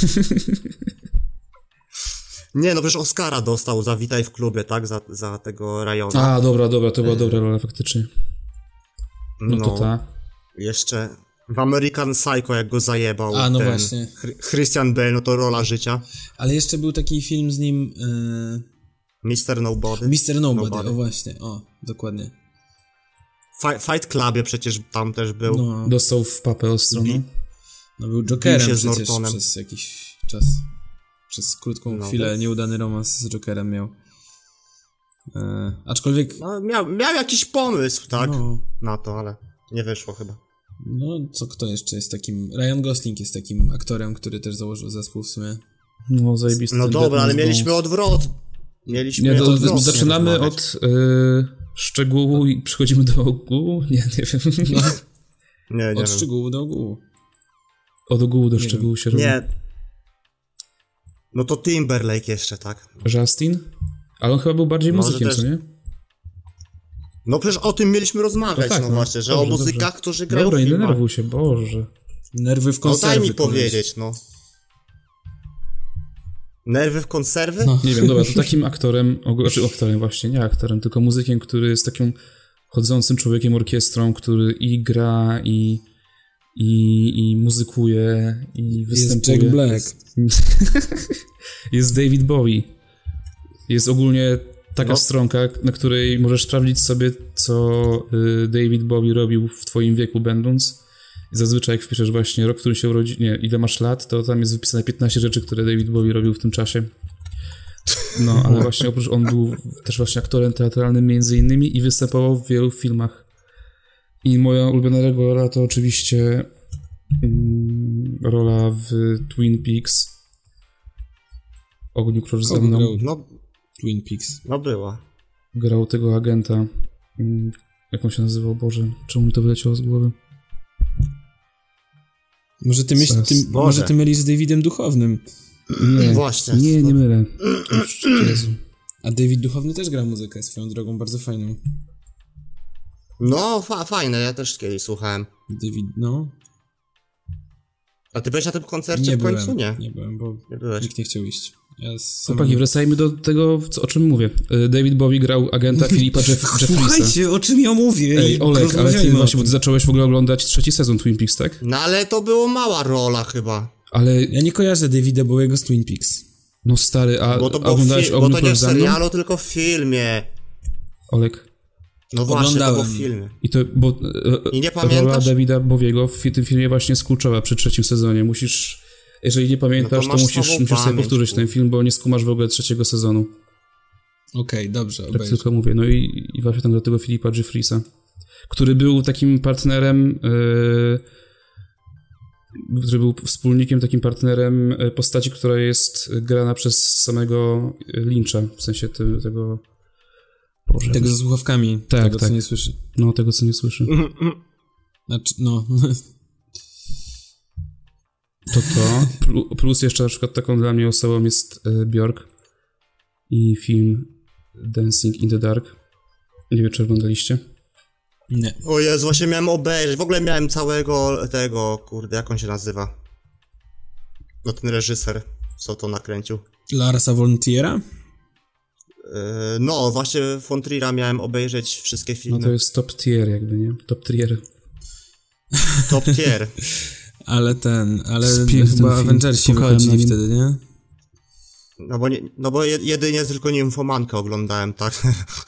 Nie, no przecież Oscara dostał za Witaj w klubie, tak? Za tego Ryana. A, dobra, to była dobra rola faktycznie. No to ta. Jeszcze w American Psycho, jak go zajebał. A, no właśnie. Christian Bale, no to rola życia. Ale jeszcze był taki film z nim... Mr. Nobody. Mr. Nobody, o właśnie, dokładnie. Fight Clubie przecież tam też był. No. Dostał w papę ostrą. No był Jokerem przecież przez jakiś czas. Przez krótką No, chwilę więc- nieudany romans z Jokerem miał. Aczkolwiek... No, miał jakiś pomysł, tak? No, Na to, ale nie wyszło chyba. kto jeszcze jest takim... Ryan Gosling jest takim aktorem, który też założył zespół w sumie. No, zajebisty. No ten dobra, Batman ale z mieliśmy Bones. odwrot. Mieliśmy Nie, to odwrotnie zaczynamy rozmawiać. od szczegółu i przechodzimy do ogółu? Nie wiem. Nie Od wiem. szczegółu do ogółu. Od ogółu do Nie szczegółu się robi. Nie. No to Timberlake jeszcze, tak? Justin? Ale on chyba był bardziej Może muzykiem, też- co nie? No przecież o tym mieliśmy rozmawiać, No tak, no no. właśnie, że Dobrze, o muzykach, dobrze. którzy grają Dobra, w nie filmach. denerwuj się, Boże. Nerwy w No konserwy. daj mi koleś. powiedzieć, no. Nerwy w konserwy? No. Nie wiem, dobra, to takim aktorem właśnie, nie aktorem, tylko muzykiem, który jest takim chodzącym człowiekiem orkiestrą, który i gra, i muzykuje, i występuje. Jack Black. Jest David Bowie. Jest ogólnie taka No. stronka, na której możesz sprawdzić sobie, co David Bowie robił w twoim wieku będąc. I zazwyczaj jak wpiszesz właśnie rok, w którym się urodzi, nie, ile masz lat, to tam jest wypisane 15 rzeczy, które David Bowie robił w tym czasie. No, ale właśnie oprócz on był też właśnie aktorem teatralnym między innymi i występował w wielu filmach. I moja ulubiona jego rola to oczywiście rola w Twin Peaks. Ogniu Król ze mną. grał? No, Twin Peaks. no była. Grał tego agenta. Jak on się nazywał? Boże, czemu mi to wyleciało z głowy? Może ty, Boże. może ty mylisz z Davidem Duchownym. Nie, Właśnie. nie mylę. Jezu. A David Duchowny też gra muzykę swoją drogą, bardzo fajną. No, fajne, ja też kiedyś słuchałem. David, no. A ty byłeś na tym koncercie Nie w byłem. końcu? Nie. Nie byłem, bo Nie byłeś. nikt nie chciał iść. Ja Chłopaki, wracajmy do tego, o czym mówię. David Bowie grał agenta Filipa Jeffriesa. Słuchajcie, o czym ja mówię. Ej, Olek, ale ty właśnie, bo ty zacząłeś w ogóle oglądać 3. sezon Twin Peaks, tak? No ale to było mała rola chyba. Ale, Ja nie kojarzę Davida Bowiego z Twin Peaks. no stary, a Bo to było oglądałeś bo Ogniu to nie Król w ze mną? serialu, tylko w filmie. Olek. No właśnie, to było Oglądałem. w filmie. I to, bo I nie rola pamiętasz? Davida Bowiego w tym filmie właśnie jest kluczowa przy 3. sezonie. Musisz, jeżeli nie pamiętasz, No to to masz musisz słabą sobie pamięć, powtórzyć ten film, bo nie skumasz w ogóle 3. sezonu. Okej, dobrze, Tak obejrzę. tylko mówię. No i właśnie tam do tego Filipa Jeffriesa, który był takim partnerem, który był wspólnikiem, takim partnerem postaci, która jest grana przez samego Lyncha, w sensie tego... Boże, Tego ze słuchawkami, tego tak. co nie słyszy. no, tego, co nie słyszy. Znaczy, no. To. Plus jeszcze na przykład taką dla mnie osobą jest Björk i film Dancing in the Dark. Nie wiem, czy oglądaliście. Nie. O Jezu, właśnie miałem obejrzeć. W ogóle miałem całego tego, kurde, jak on się nazywa? No ten reżyser, co to nakręcił. Larsa von Triera? No, właśnie von Trier'a miałem obejrzeć wszystkie No filmy. to jest top tier jakby, nie? Top tier. Top tier. Ale Piękny chyba film. Avengersi Słuchałem wychodzili na nim. wtedy, nie? No bo jedynie tylko Nimfomankę oglądałem, tak?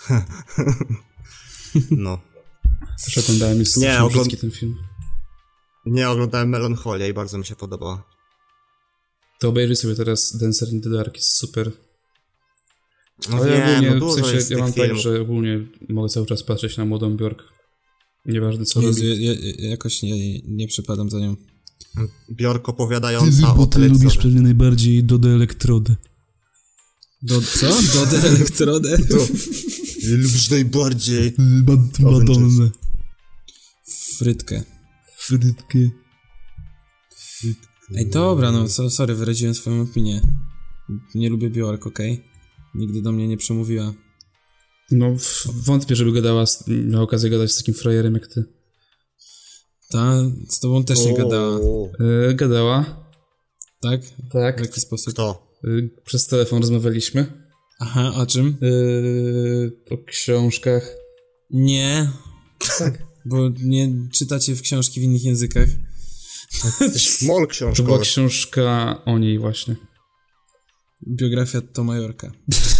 No. Też oglądałem, jest Nie, strasznie brzydki ten film. Nie, oglądałem Melancholię i bardzo mi się podobała. To obejrzyj sobie teraz Dancer in the Dark, jest super. No Ale ja wiem, ogólnie, no w dużo sensie, jest ja tych mam tak, filmów. że ogólnie mogę cały czas patrzeć na młodą Björk. Nieważne co Jezu, robi. ja jakoś nie przypadam za nią. Björk opowiadająca o telewizorze. pewnie najbardziej Dodę Elektrodę. Co? Dodę Elektrodę? Lubisz najbardziej. Madonnę. Frytkę. Frytkę. Ej, dobra, no, sorry, wyraziłem swoją opinię. Nie lubię Björk, okej? Nigdy do mnie nie przemówiła. No, wątpię, żeby miała okazję gadać z takim frajerem jak ty. Ta z tobą też nie gadała, Gadała. tak? Tak. W jaki sposób? Kto? Przez telefon rozmawialiśmy. Aha, o czym? O książkach. Nie. Tak. Bo nie czytacie w książki w innych językach. Jesteś mol To była książkowy. książka o niej właśnie. Biografia Toma Yorka.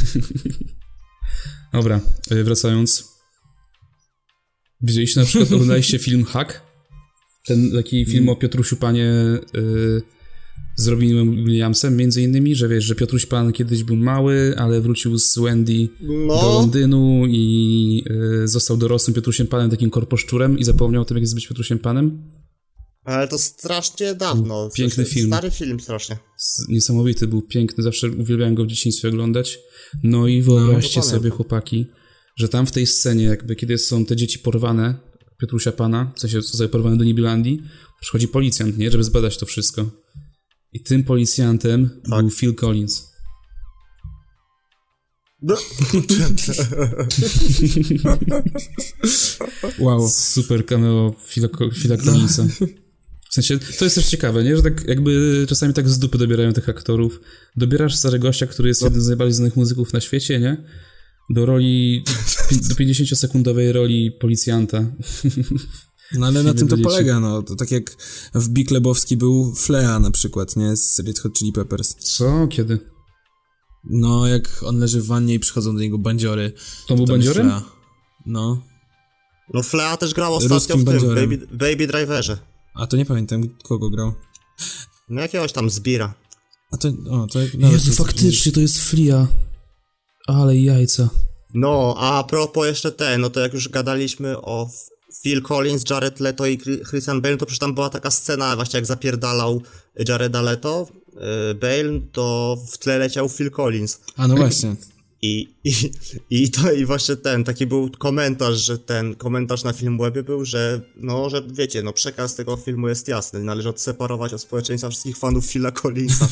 Dobra, wracając. Widzieliście na przykład, oglądaliście film Hack? Ten taki film o Piotrusiu Panie z Robinem Williamsem, między innymi, że wiesz, że Piotruś Pan kiedyś był mały, ale wrócił z Wendy do Londynu i został dorosłym Piotrusiem Panem, takim korposzczurem i zapomniał o tym, jak jest być Piotrusiem Panem. Ale to strasznie dawno. Piękny film. Stary film strasznie. Niesamowity, był piękny, zawsze uwielbiałem go w dzieciństwie oglądać. No i wyobraźcie sobie, chłopaki, że tam w tej scenie, jakby kiedy są te dzieci porwane, Piotrusia Pana, w sensie zostały porwane do Nibilandii, przychodzi policjant, nie, żeby zbadać to wszystko. I tym policjantem był Phil Collins. No. Wow. Super cameo Phila Collinsa. W sensie, to jest też ciekawe, nie? Że tak jakby czasami tak z dupy dobierają tych aktorów. Dobierasz starego gościa, który jest jednym z najbardziej znanych muzyków na świecie, nie? Do roli, do 50-sekundowej roli policjanta. No ale na tym to polega, no. To tak jak w Big Lebowski był Flea na przykład, nie? Z Red Hot Chili Peppers. Co? Kiedy? No, jak on leży w wannie i przychodzą do niego bandziory. To był bandziorem? No. No Flea też grał ostatnio w tym, Baby Driverze. A to nie pamiętam, kogo grał. No jakiegoś tam zbira. A to, Jezu, faktycznie to jest Flea. Ale jajca. No, a propos jeszcze no to jak już gadaliśmy o Phil Collins, Jared Leto i Christian Bale, to przecież tam była taka scena, właśnie jak zapierdalał Jareda Leto, Bale, to w tle leciał Phil Collins. A no właśnie. I właśnie taki był komentarz, że komentarz na Filmwebie był, że że wiecie, przekaz tego filmu jest jasny, należy odseparować od społeczeństwa wszystkich fanów Phila Collinsa.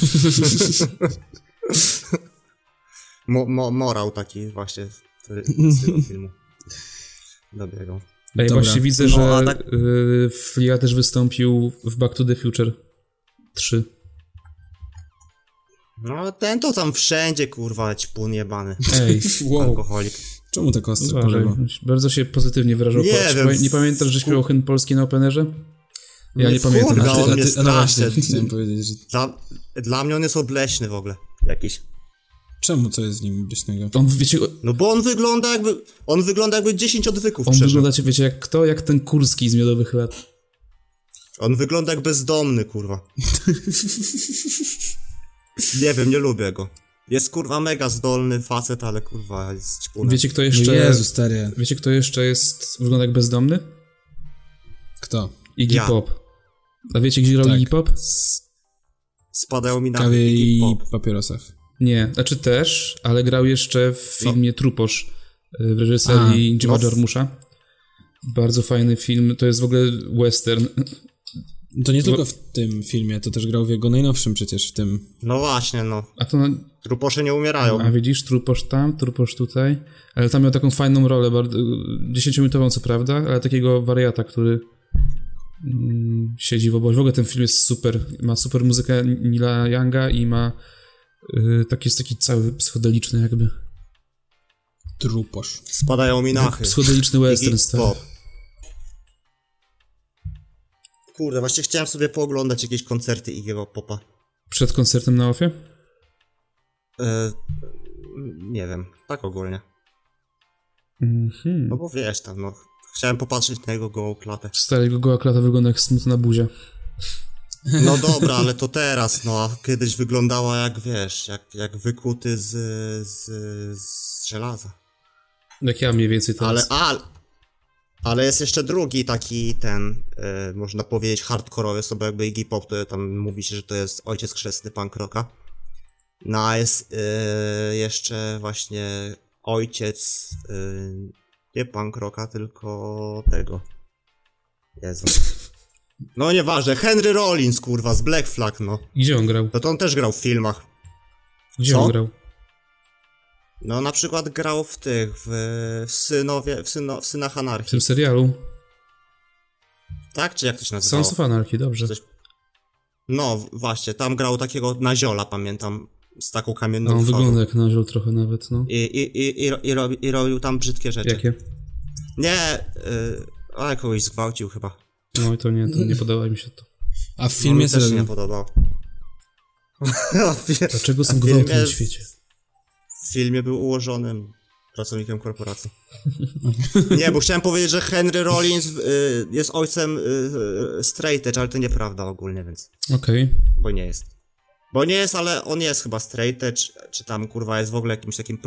Morał taki właśnie z tego filmu dobiegał. Ja właśnie widzę, że Flea też wystąpił w Back to the Future 3. No ten to tam wszędzie, kurwa, ćpun jebany. Ej, wow. Alkoholik. Czemu tak ostro polewa? Bardzo się pozytywnie wyrażał. Nie pamiętasz, że śpiewał hymn polski na Openerze? Ja nie pamiętam. Kurwa, on mnie no właśnie, chciałem powiedzieć, że... Dla mnie on jest obleśny w ogóle. Jakiś. Czemu? Co jest z nim obleśnego? No bo on wygląda jakby 10 odwyków on przeżył. Wygląda, wiecie, jak kto? Jak ten Kurski z Miodowych Lat. On wygląda jak bezdomny, kurwa. Nie wiem, nie lubię go. Jest, kurwa, mega zdolny facet, ale, kurwa, jest ćpunem. Wiecie, kto jeszcze... Jezu, stary. Wiecie, kto jeszcze wygląda jak bezdomny? Kto? Iggy Pop. A wiecie, gdzie grał Iggy Pop? Spadają mi na kawie i papierosach. Nie, znaczy też, ale grał jeszcze w filmie Truposz w reżyserii Jima Jarmusza. Bardzo fajny film, to jest w ogóle western. To nie tylko w tym filmie, to też grał w jego najnowszym przecież, w tym... No właśnie, no. A to Truposze nie umierają. A widzisz, Truposz tam, Truposz tutaj. Ale tam miał taką fajną rolę, 10-minutową co prawda, ale takiego wariata, który siedzi w obozie. W ogóle ten film jest super. Ma super muzykę Neila Younga i ma jest taki cały psychodeliczny jakby. Truposz. Spadają mi nachy. Psychodeliczny western, stary. Kurde, właśnie chciałem sobie pooglądać jakieś koncerty Iggy'ego Popa. Przed koncertem na OFFie? Nie wiem, tak ogólnie. Mm-hmm. No bo wiesz tam, chciałem popatrzeć na jego gołą klatę. Stary, jego goła klata wygląda jak smutna buzia. No dobra, ale to teraz, a kiedyś wyglądała jak, wiesz, jak wykuty z żelaza. Jak ja mniej więcej teraz. Ale jest jeszcze drugi taki można powiedzieć hardkorowy, bo jakby Iggy Pop, to tam mówi się, że to jest ojciec chrzestny punk rocka. No a jest jeszcze właśnie ojciec nie punk rocka, tylko tego. Jezu. No nieważne, Henry Rollins, kurwa, z Black Flag, no. Gdzie on grał? No to on też grał w filmach. Gdzie on grał? No na przykład grał w Synach Anarchii. W tym serialu? Tak? Czy jak to się nazywało? Sons of Anarchy, dobrze. No właśnie, tam grał takiego Naziola, pamiętam, z taką kamienną on twarzą. Wygląda jak Naziol trochę nawet, no. I robił tam brzydkie rzeczy. Jakie? Nie, kogoś zgwałcił chyba. No i to nie podoba mi się to. A w filmie też się nie podobał. Dlaczego są gwałty na świecie? W filmie był ułożonym pracownikiem korporacji. Nie, bo chciałem powiedzieć, że Henry Rollins jest ojcem straight edge, ale to nieprawda ogólnie, więc... Okej. Bo nie jest. Bo nie jest, ale on jest chyba straight edge, czy tam kurwa jest w ogóle jakimś takim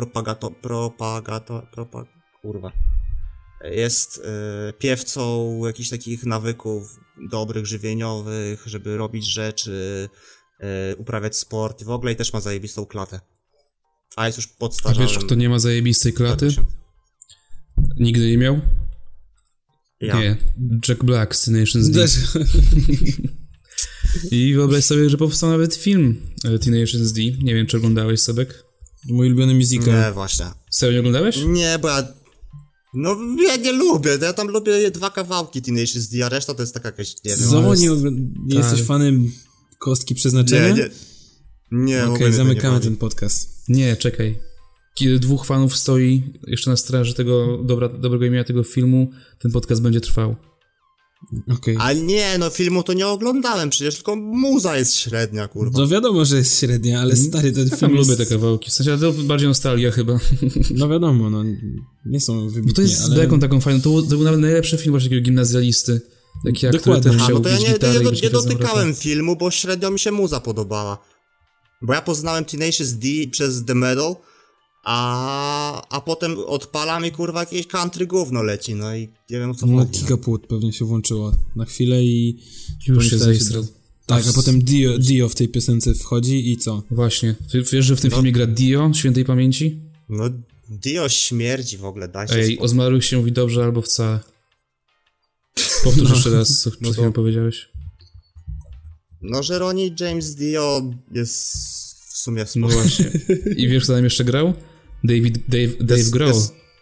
kurwa. Jest piewcą jakichś takich nawyków dobrych, żywieniowych, żeby robić rzeczy, uprawiać sport i w ogóle i też ma zajebistą klatę. A jest już A podstarzałym. wiesz, kto nie ma zajebistej klaty? Nigdy nie miał? Ja. Nie. Jack Black z Tenacious D. I wyobraź sobie, że powstał nawet film Tenacious D. Nie wiem, czy oglądałeś, Sebek? Mój ulubiony musical. Nie, właśnie. Serio nie oglądałeś? Nie, bo ja nie lubię, ja tam lubię 2 kawałki Tenacious D, a reszta to jest taka jakaś, nie wiem. Co, jest- nie jesteś tak. fanem Kostki Przeznaczenia? Nie, Okej, zamykamy ten podcast. Nie, czekaj. Kiedy 2 fanów stoi jeszcze na straży tego dobrego imienia tego filmu, ten podcast będzie trwał. Okej. A nie, no filmu to nie oglądałem przecież, tylko muza jest średnia, kurwa. No wiadomo, że jest średnia, ale stary, ten Ja film tam jest... lubię te kawałki. W sensie, ale to bardziej nostalgia chyba. No wiadomo, no nie są wybitnie, Bo to jest z ale... beką taką fajną. To był nawet najlepszy film właśnie takiego gimnazjalisty. Taki aktor Dokładnie. też A, chciał no to ja bić nie gitarę i być nie gwiazdą dotykałem rocka. filmu, bo średnio mi się muza podobała. Bo ja poznałem Tenacious D przez The Medal, a potem odpalam i kurwa jakieś country gówno leci, no i nie wiem o co No, chodzi. Kikaput pewnie się włączyło na chwilę i... Już się pomyślałeś, zaistral. Tak, a potem Dio w tej piosence wchodzi i co? Właśnie. Wiesz, że w tym filmie gra Dio, świętej pamięci? No Dio śmierdzi w ogóle, daj się Ej, spokój. o zmarłych się mówi dobrze albo wcale. Powtórz jeszcze raz, co przed chwilą powiedziałeś. No, że Ronnie James Dio jest w sumie No spoko. właśnie. I wiesz, kto tam jeszcze grał? Dave Grohl.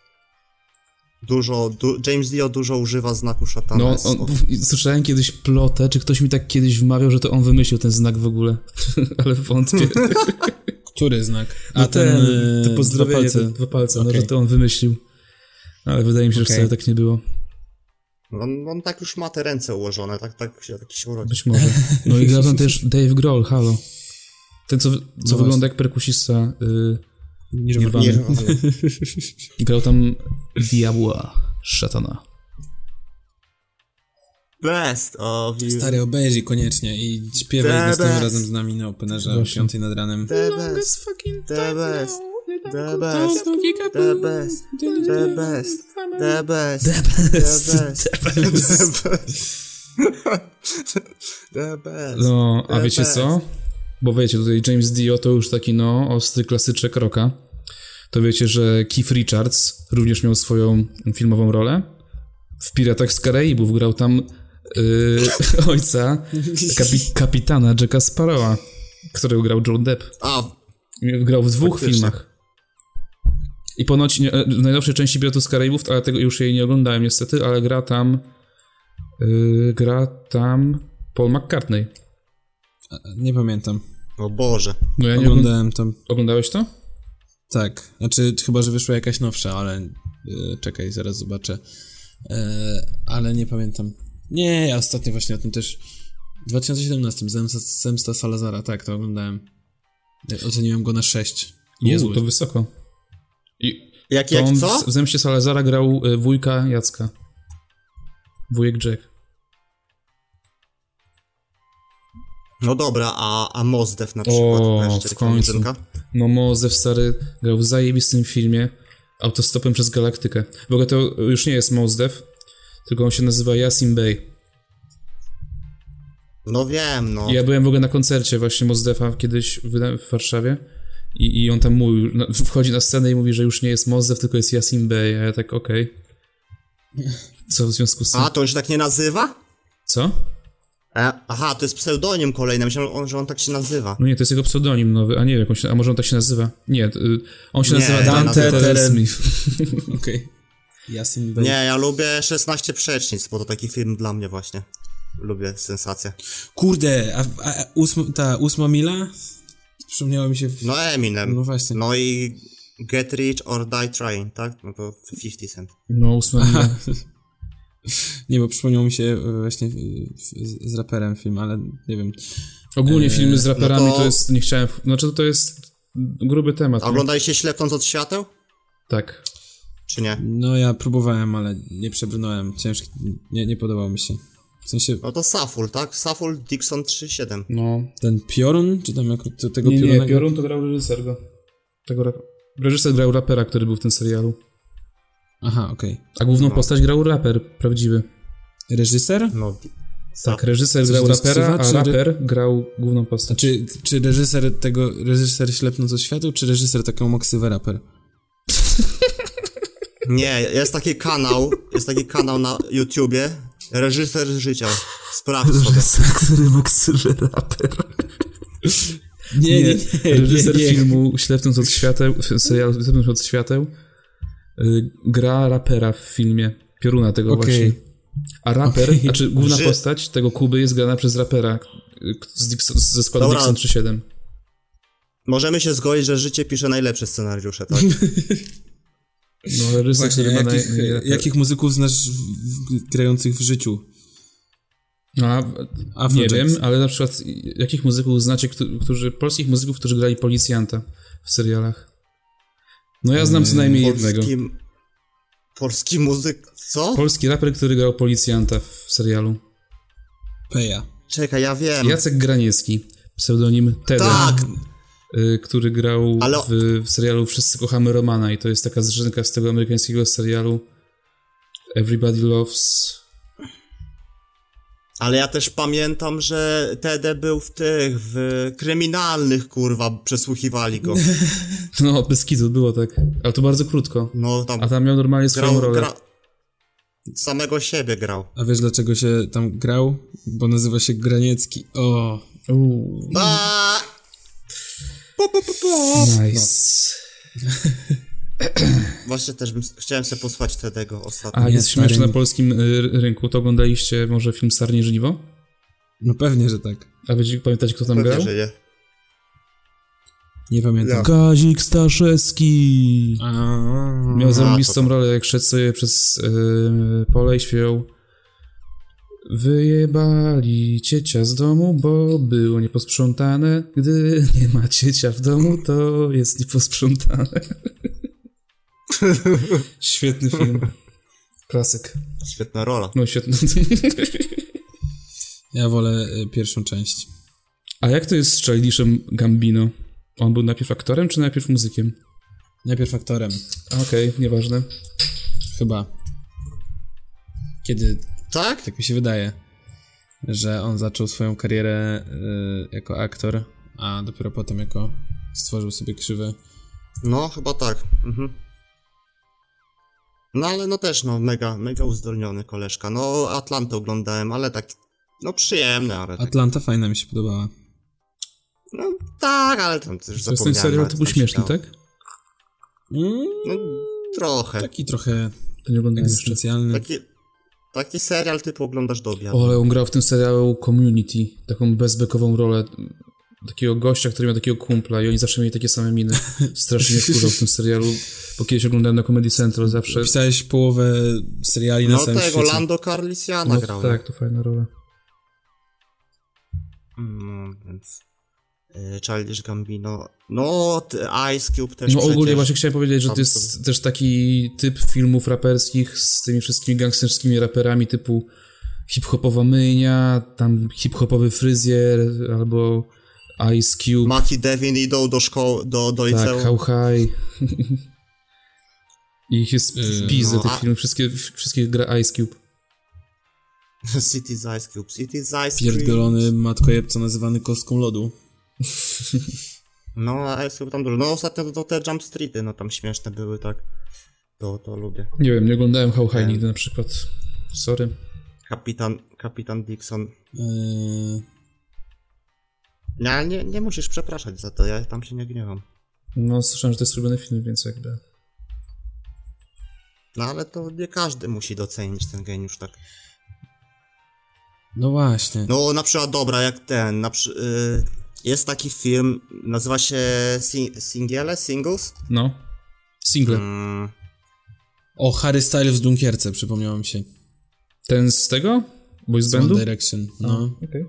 James Dio dużo używa znaku szatana. No, jest spoko. słyszałem kiedyś plotę, czy ktoś mi tak kiedyś wmawiał, że to on wymyślił ten znak w ogóle. Ale wątpię. Który znak? A ten, to dwa pozdrowienie, palce. dwa palce, no, Okej. że to on wymyślił. Ale wydaje mi się, że Okej. wcale tak nie było. On tak już ma te ręce ułożone, tak się urodzi. Być może. No i grał tam też Dave Grohl, halo. Ten, co właśnie. wygląda jak perkusista Nirvana. Nirvany. Grał tam Diabła, szatana. Best of you. Stary, obejrzyj koniecznie i śpiewaj The następnym best. razem z nami na Openerze o Właśnie. 5 nad ranem. The best. The best. The best. The best. The best. The best. The best. The best. No, a The wiecie best. co? Bo wiecie, tutaj James Dio to już taki, no, ostry klasyczek rocka. To wiecie, że Keith Richards również miał swoją filmową rolę. W Piratach z Karaibów grał tam ojca kapitana Jacka Sparrowa, którego grał Johnny Depp. A, Grał w 2 Faktycznie. filmach. I ponoć w najnowszej części Piratów z Karaibów, ale tego już jej nie oglądałem niestety, ale gra tam Paul McCartney. Nie pamiętam. o Boże. No ja nie Oglądałem tam. Oglądałeś to? Tak. Znaczy, chyba, że wyszła jakaś nowsza, ale... czekaj, zaraz zobaczę. Ale nie pamiętam. Nie, ja ostatnio właśnie o tym też... W 2017 Zemsta Salazara, tak, to oglądałem. Oceniłem go na 6. Niezły. To wysoko. I Jak to on co? w Zemście Salazara grał wujka Jacka. Wujek Jack. No dobra, a Mos Def na przykład. kojarzycie w takiego końcu. murzynka? No Mozew stary grał w zajebistym filmie Autostopem przez Galaktykę. W ogóle to już nie jest Mos Def, tylko on się nazywa Yasin Bey. No wiem, no. I ja byłem w ogóle na koncercie właśnie Mos Defa kiedyś w Warszawie i on tam mówił, wchodzi na scenę i mówi, że już nie jest Mos Def, tylko jest Yasin Bey, a ja tak okej. Co w związku z tym? A, to on się tak nie nazywa? Co? Aha, to jest pseudonim kolejny. Myślałem, że on tak się nazywa. No nie, to jest jego pseudonim nowy, a nie wiem, a może on tak się nazywa? Nie, on się Nie, nazywa nie Dante nazywa. Terrell Smith. Okej. Yasin Bey. Nie, ja lubię 16 przecznic, bo to taki film dla mnie właśnie. Lubię sensację. Kurde, ta 8 mila? Przypomniało mi się... No Eminem. No właśnie. No i Get Rich or Die Trying, tak? No to 50 Cent. No, 8 mila. Nie, bo przypomniał mi się właśnie z raperem film, ale nie wiem. Ogólnie filmy z raperami no to- to jest, nie chciałem, znaczy to jest gruby temat. A nie? oglądaliście Ślepnąc od świateł? Tak. Czy nie? No ja próbowałem, ale nie przebrnąłem. Ciężki, nie podobał mi się. W sensie, No to Saful, tak? Saful Dixon 3.7. No. ten Piorun, czy tam jako tego Nie, Pioruna? Piorun to grał reżyser go. Reżyser grał rapera, który był w tym serialu. Aha, okej. A główną postać grał raper prawdziwy. Reżyser? No, Tak, reżyser Coś grał do rapera, sksywa, a czy raper grał główną A postać. czy reżyser ślepnąc oświatł, czy reżyser taką moksywę raper? Nie, jest taki kanał na YouTubie, reżyser życia. Sprawdź sobie. Który moksywę raper. Nie. Reżyser filmu Ślepnąc od świateł, serialu Ślepnąc od świateł, gra rapera w filmie. Pioruna tego Okej. właśnie. A raper, znaczy główna Że- postać tego Kuby jest grana przez rapera ze składu Dobra. Dixon 3.7. Możemy się zgodzić, że życie pisze najlepsze scenariusze, tak? No, reżyser, Właśnie, który ma jakich muzyków znasz grających w życiu? Nie wiem, ale na przykład jakich muzyków znacie, polskich muzyków, którzy grali policjanta w serialach? No ja znam co najmniej jednego. Polski muzyk... Co? Polski raper, który grał policjanta w serialu. Peja. Czekaj, ja wiem. Jacek Graniecki, pseudonim Tedy, Tak! który grał Ale- w serialu Wszyscy kochamy Romana i to jest taka zrzynka z tego amerykańskiego serialu Everybody Loves... Ale ja też pamiętam, że Tede był w kryminalnych, kurwa, przesłuchiwali go. No, bez kitu, było tak. Ale to bardzo krótko. No, tam A tam miał normalnie swoją rolę. samego siebie grał. A wiesz dlaczego się tam grał? Bo nazywa się Graniecki. O. Aaaa! Nice. Właśnie też chciałem sobie posłuchać Tedego ostatnio. A jesteśmy stary- jeszcze na polskim rynku, to oglądaliście może film Sarnie Żniwo? No pewnie, że tak. A pamiętacie, kto tam Pewnie, grał? że nie. Nie pamiętam. Ja. Kazik Staszewski. Miał to zarąbistą tak. rolę, jak szedł sobie przez pole i śpiewał: wyjebali ciecia z domu, bo było nieposprzątane. Gdy nie ma ciecia w domu, to jest nieposprzątane. Świetny film. Klasyk. Świetna rola. No świetny. Ja wolę pierwszą część. A jak to jest z Childishem Gambino? On był najpierw aktorem, czy najpierw muzykiem? Najpierw aktorem. Okej, nieważne. Chyba. Kiedy, Tak? tak mi się wydaje, że on zaczął swoją karierę jako aktor, a dopiero potem stworzył sobie krzywę. No, chyba tak. Mhm. No ale no też, no mega uzdolniony koleżka. No Atlantę oglądałem, ale tak, no przyjemne, ale tak. Atlanta fajna mi się podobała. No tak, ale tam też To jest ten zapomniałem. serial ale typu tam śmieszny, się działo. tak? No trochę. Taki trochę To nie oglądałem jeszcze. egzystencjalny. Taki serial typu oglądasz do obiadu. O, ale on grał w tym serialu Community, taką bezbekową rolę takiego gościa, który miał takiego kumpla i oni zawsze mieli takie same miny. Strasznie mnie wkurzał w tym serialu, bo kiedyś oglądałem na Comedy Central zawsze. Pisałeś połowę seriali na No całym tego świecie. Lando Calrissiana No grał. tak, to fajna rola. No więc... Childish Gambino. No, Ice Cube też No ogólnie przecież. właśnie chciałem powiedzieć, że Tam to jest też taki typ filmów raperskich z tymi wszystkimi gangsterskimi raperami typu hip-hopowa myjnia, tam hip-hopowy fryzjer albo Ice Cube. Maki Devin idą do szkoły, do liceum. Tak, How High. I ich jest w pizdę no, tych a- filmów, wszystkie gra Ice Cube. City's Ice Cube, City's Ice Pierdolony matkojebca nazywany kostką lodu. No, a Ice Cube tam dużo. No ostatnio to te Jump Streety, no tam śmieszne były, tak. To lubię. Nie wiem, nie oglądałem How High nigdy na przykład. Sorry. Kapitan Dixon. Nie musisz przepraszać za to, ja tam się nie gniewam. No, słyszałem, że to jest ulubiony film, więc jakby... No ale to nie każdy musi docenić ten geniusz, tak. No właśnie. No na przykład, dobra, jak ten, jest taki film, nazywa się Singles? No. Single. O, Harry Styles w Dunkierce, przypomniało mi się. Ten z tego? Boys Z Bandu? One Direction, no. Okej.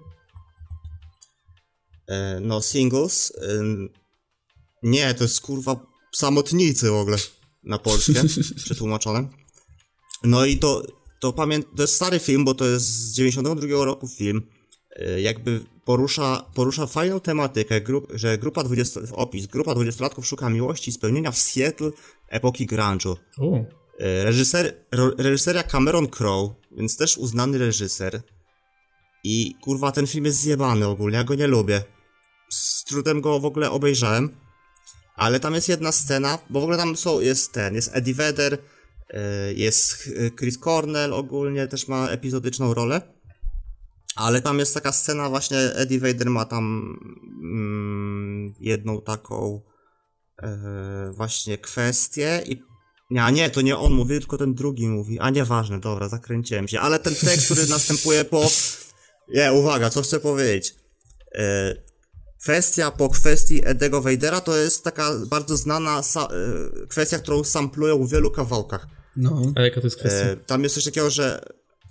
No, Singles. Nie, to jest kurwa samotnicy w ogóle na polskie, przetłumaczone. No i to to jest stary film, bo to jest z 92 roku film. Jakby porusza fajną tematykę, że grupa 20-latków szuka miłości i spełnienia w Seattle epoki grunge'u. Reżyseria Cameron Crowe, więc też uznany reżyser. I kurwa, ten film jest zjebany ogólnie, ja go nie lubię. Z trudem go w ogóle obejrzałem. Ale tam jest jedna scena, bo w ogóle tam jest Eddie Vedder, jest Chris Cornell ogólnie, też ma epizodyczną rolę. Ale tam jest taka scena właśnie, Eddie Vedder ma tam jedną taką właśnie kwestię i... Nie, to nie on mówi, tylko ten drugi mówi. A nieważne, dobra, zakręciłem się. Ale ten tekst, który następuje po... uwaga, co chcę powiedzieć. Kwestia po kwestii Ediego Vedera to jest taka bardzo znana kwestia, którą samplują w wielu kawałkach. No. A jaka to jest kwestia? Tam jest coś takiego, że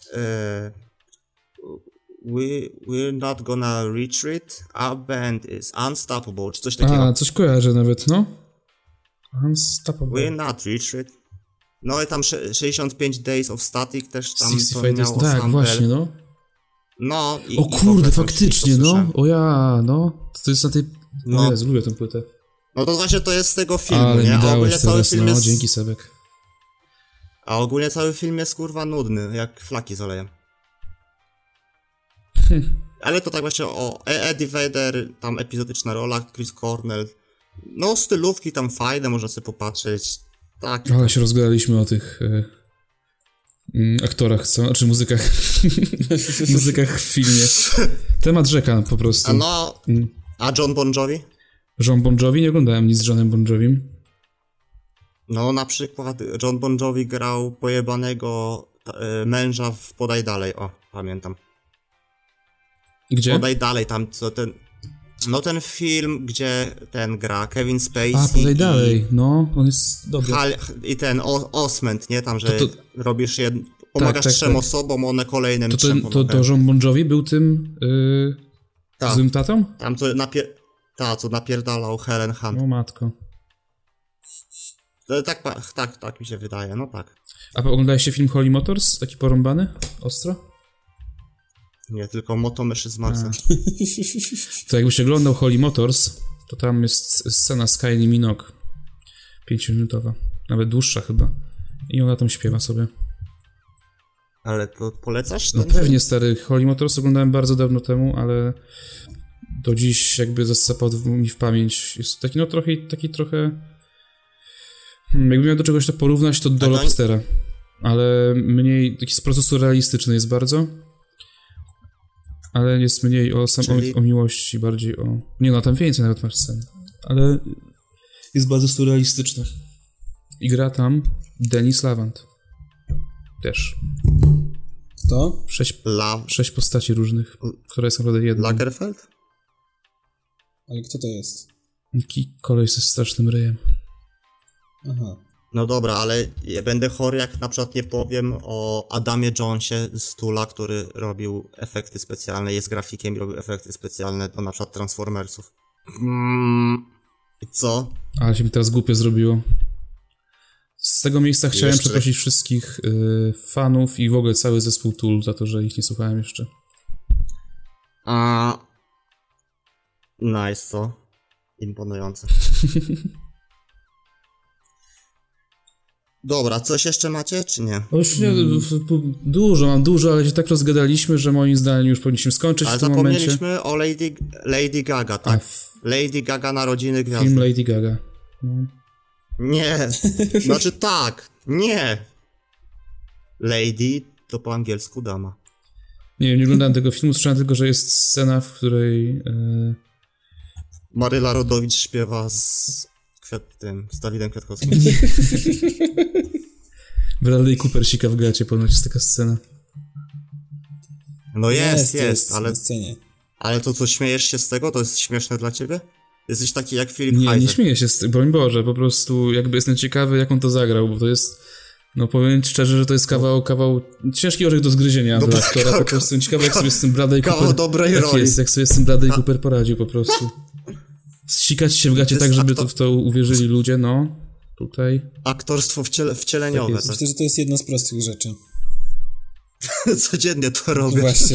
we're not gonna retreat, our band is unstoppable, czy coś takiego. A, coś kojarzę nawet, no. Unstoppable. We're not retreat. No i tam 65 Days of Static też tam 65 miał Days, tak, sample. właśnie, no. No i... O kurde, faktycznie, no. O ja, no. To jest na tej... No, Jezu, lubię tę płytę. No to właśnie to jest z tego filmu, ale nie? A ogólnie cały teraz, film jest... dzięki Sebek. A ogólnie cały film jest kurwa nudny, jak flaki z olejem. Ale to tak właśnie Eddie Vedder, tam epizodyczna rola, Chris Cornell. No stylówki tam fajne, można sobie popatrzeć. Tak. Ale się rozgadaliśmy o tych aktorach, znaczy muzykach. muzykach w filmie. Temat rzeka po prostu. A John Bon Jovi? John Bon Jovi? Nie oglądałem nic z Johnem Bon Jovim. No na przykład John Bon Jovi grał pojebanego męża w Podaj Dalej, pamiętam. Gdzie? Podaj Dalej, tam co ten... No ten film, gdzie ten gra Kevin Spacey. A, Podaj Dalej, no, on jest dobry. I ten Osment, nie? Tam, że robisz pomagasz tak, trzem osobom, one kolejnym trzem pomagają. To John Bon Jovi był tym złym tatą? Tam co napierdalał Helen Hunt. O matko. Tak mi się wydaje, no tak. A oglądałeś film Holy Motors? Taki porąbany? Ostro? Nie, tylko Motomyszy z Marsa. To jakbyś oglądał Holy Motors, to tam jest scena z Kylie Minogue. 5-minutowa. Nawet dłuższa chyba. I ona tam śpiewa sobie. Ale to polecasz? No pewnie, stary. Holy Motors oglądałem bardzo dawno temu, ale do dziś jakby zapadł mi w pamięć. Jest taki trochę... Jakbym miał do czegoś to porównać, to do Lobstera. Ale mniej... Taki z procesu realistyczny jest bardzo. Ale jest mniej o miłości, bardziej o... Nie no, tam więcej nawet masz sceny. Ale jest bardzo surrealistyczne. I gra tam Denis Lavant. Też. Kto? 6 postaci różnych, która jest naprawdę jedna. Lagerfeld? Ale kto to jest? Taki koleś ze strasznym ryjem. Aha. No dobra, ale ja będę chory, jak na przykład nie powiem o Adamie Jonesie z Tula, który robił efekty specjalne, jest grafikiem i robił efekty specjalne do na przykład Transformersów. I co? Ale się mi teraz głupio zrobiło. Z tego miejsca chciałem przeprosić wszystkich fanów i w ogóle cały zespół Tool za to, że ich nie słuchałem jeszcze. Nice, co? Imponujące. Dobra, coś jeszcze macie, czy nie? No już nie, mam dużo, ale się tak rozgadaliśmy, że moim zdaniem już powinniśmy skończyć w tym momencie. Ale zapomnieliśmy o Lady Gaga, tak? Lady Gaga, Narodziny Gwiazdy. Film Lady Gaga. No. Nie, znaczy tak, nie. Lady to po angielsku dama. Nie wiem, nie oglądałem tego filmu, słyszałem tylko, że jest scena, w której... Maryla Rodowicz śpiewa z Dawidem Kwiatkowskim. Bradley Cooper sika w gacie, ponoć jest taka scena. No jest, ale... Scenie. Ale to co, śmiejesz się z tego? To jest śmieszne dla ciebie? Jesteś taki jak Filip Nie, Heiser. nie śmieję się z tego, broń Boże, po prostu jakby jestem ciekawy, jak on to zagrał, bo to jest... No powiem szczerze, że to jest kawał ciężki orzech do zgryzienia dla aktora, po prostu ciekawe, jak sobie z tym Bradley Cooper... Kawał dobrej roli. Jak sobie z tym Bradley Cooper poradził po prostu. Zsikać się w gacie tak, żeby w to uwierzyli ludzie, no. Tutaj. Aktorstwo wcieleniowe. Tak. Myślę, że to jest jedna z prostych rzeczy. Codziennie to robię. Właśnie.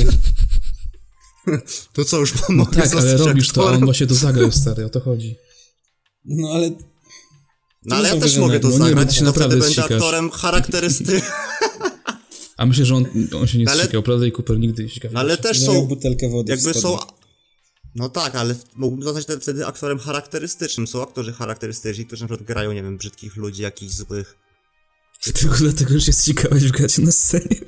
To co, już No mogę tak, ale zostać robisz to, a on aktorem? właśnie to zagrał, stary, o to chodzi. No ale... No ale ja są też wyżone. mogę to No nie, bo zagrać, ty się to naprawdę wtedy będę ścigasz. aktorem charakterystycznym. A myślę, że on się nie Ale- ścigał, prawda? I Cooper nigdy nie ścigał. No ale też Miał są, butelkę wody jakby w są... spodni. No tak, ale mógłbym zostać wtedy aktorem charakterystycznym. Są aktorzy charakterystyczni, którzy na przykład grają, nie wiem, brzydkich ludzi, jakichś złych. Tylko dlatego, że się ścigałeś w gacie na scenie.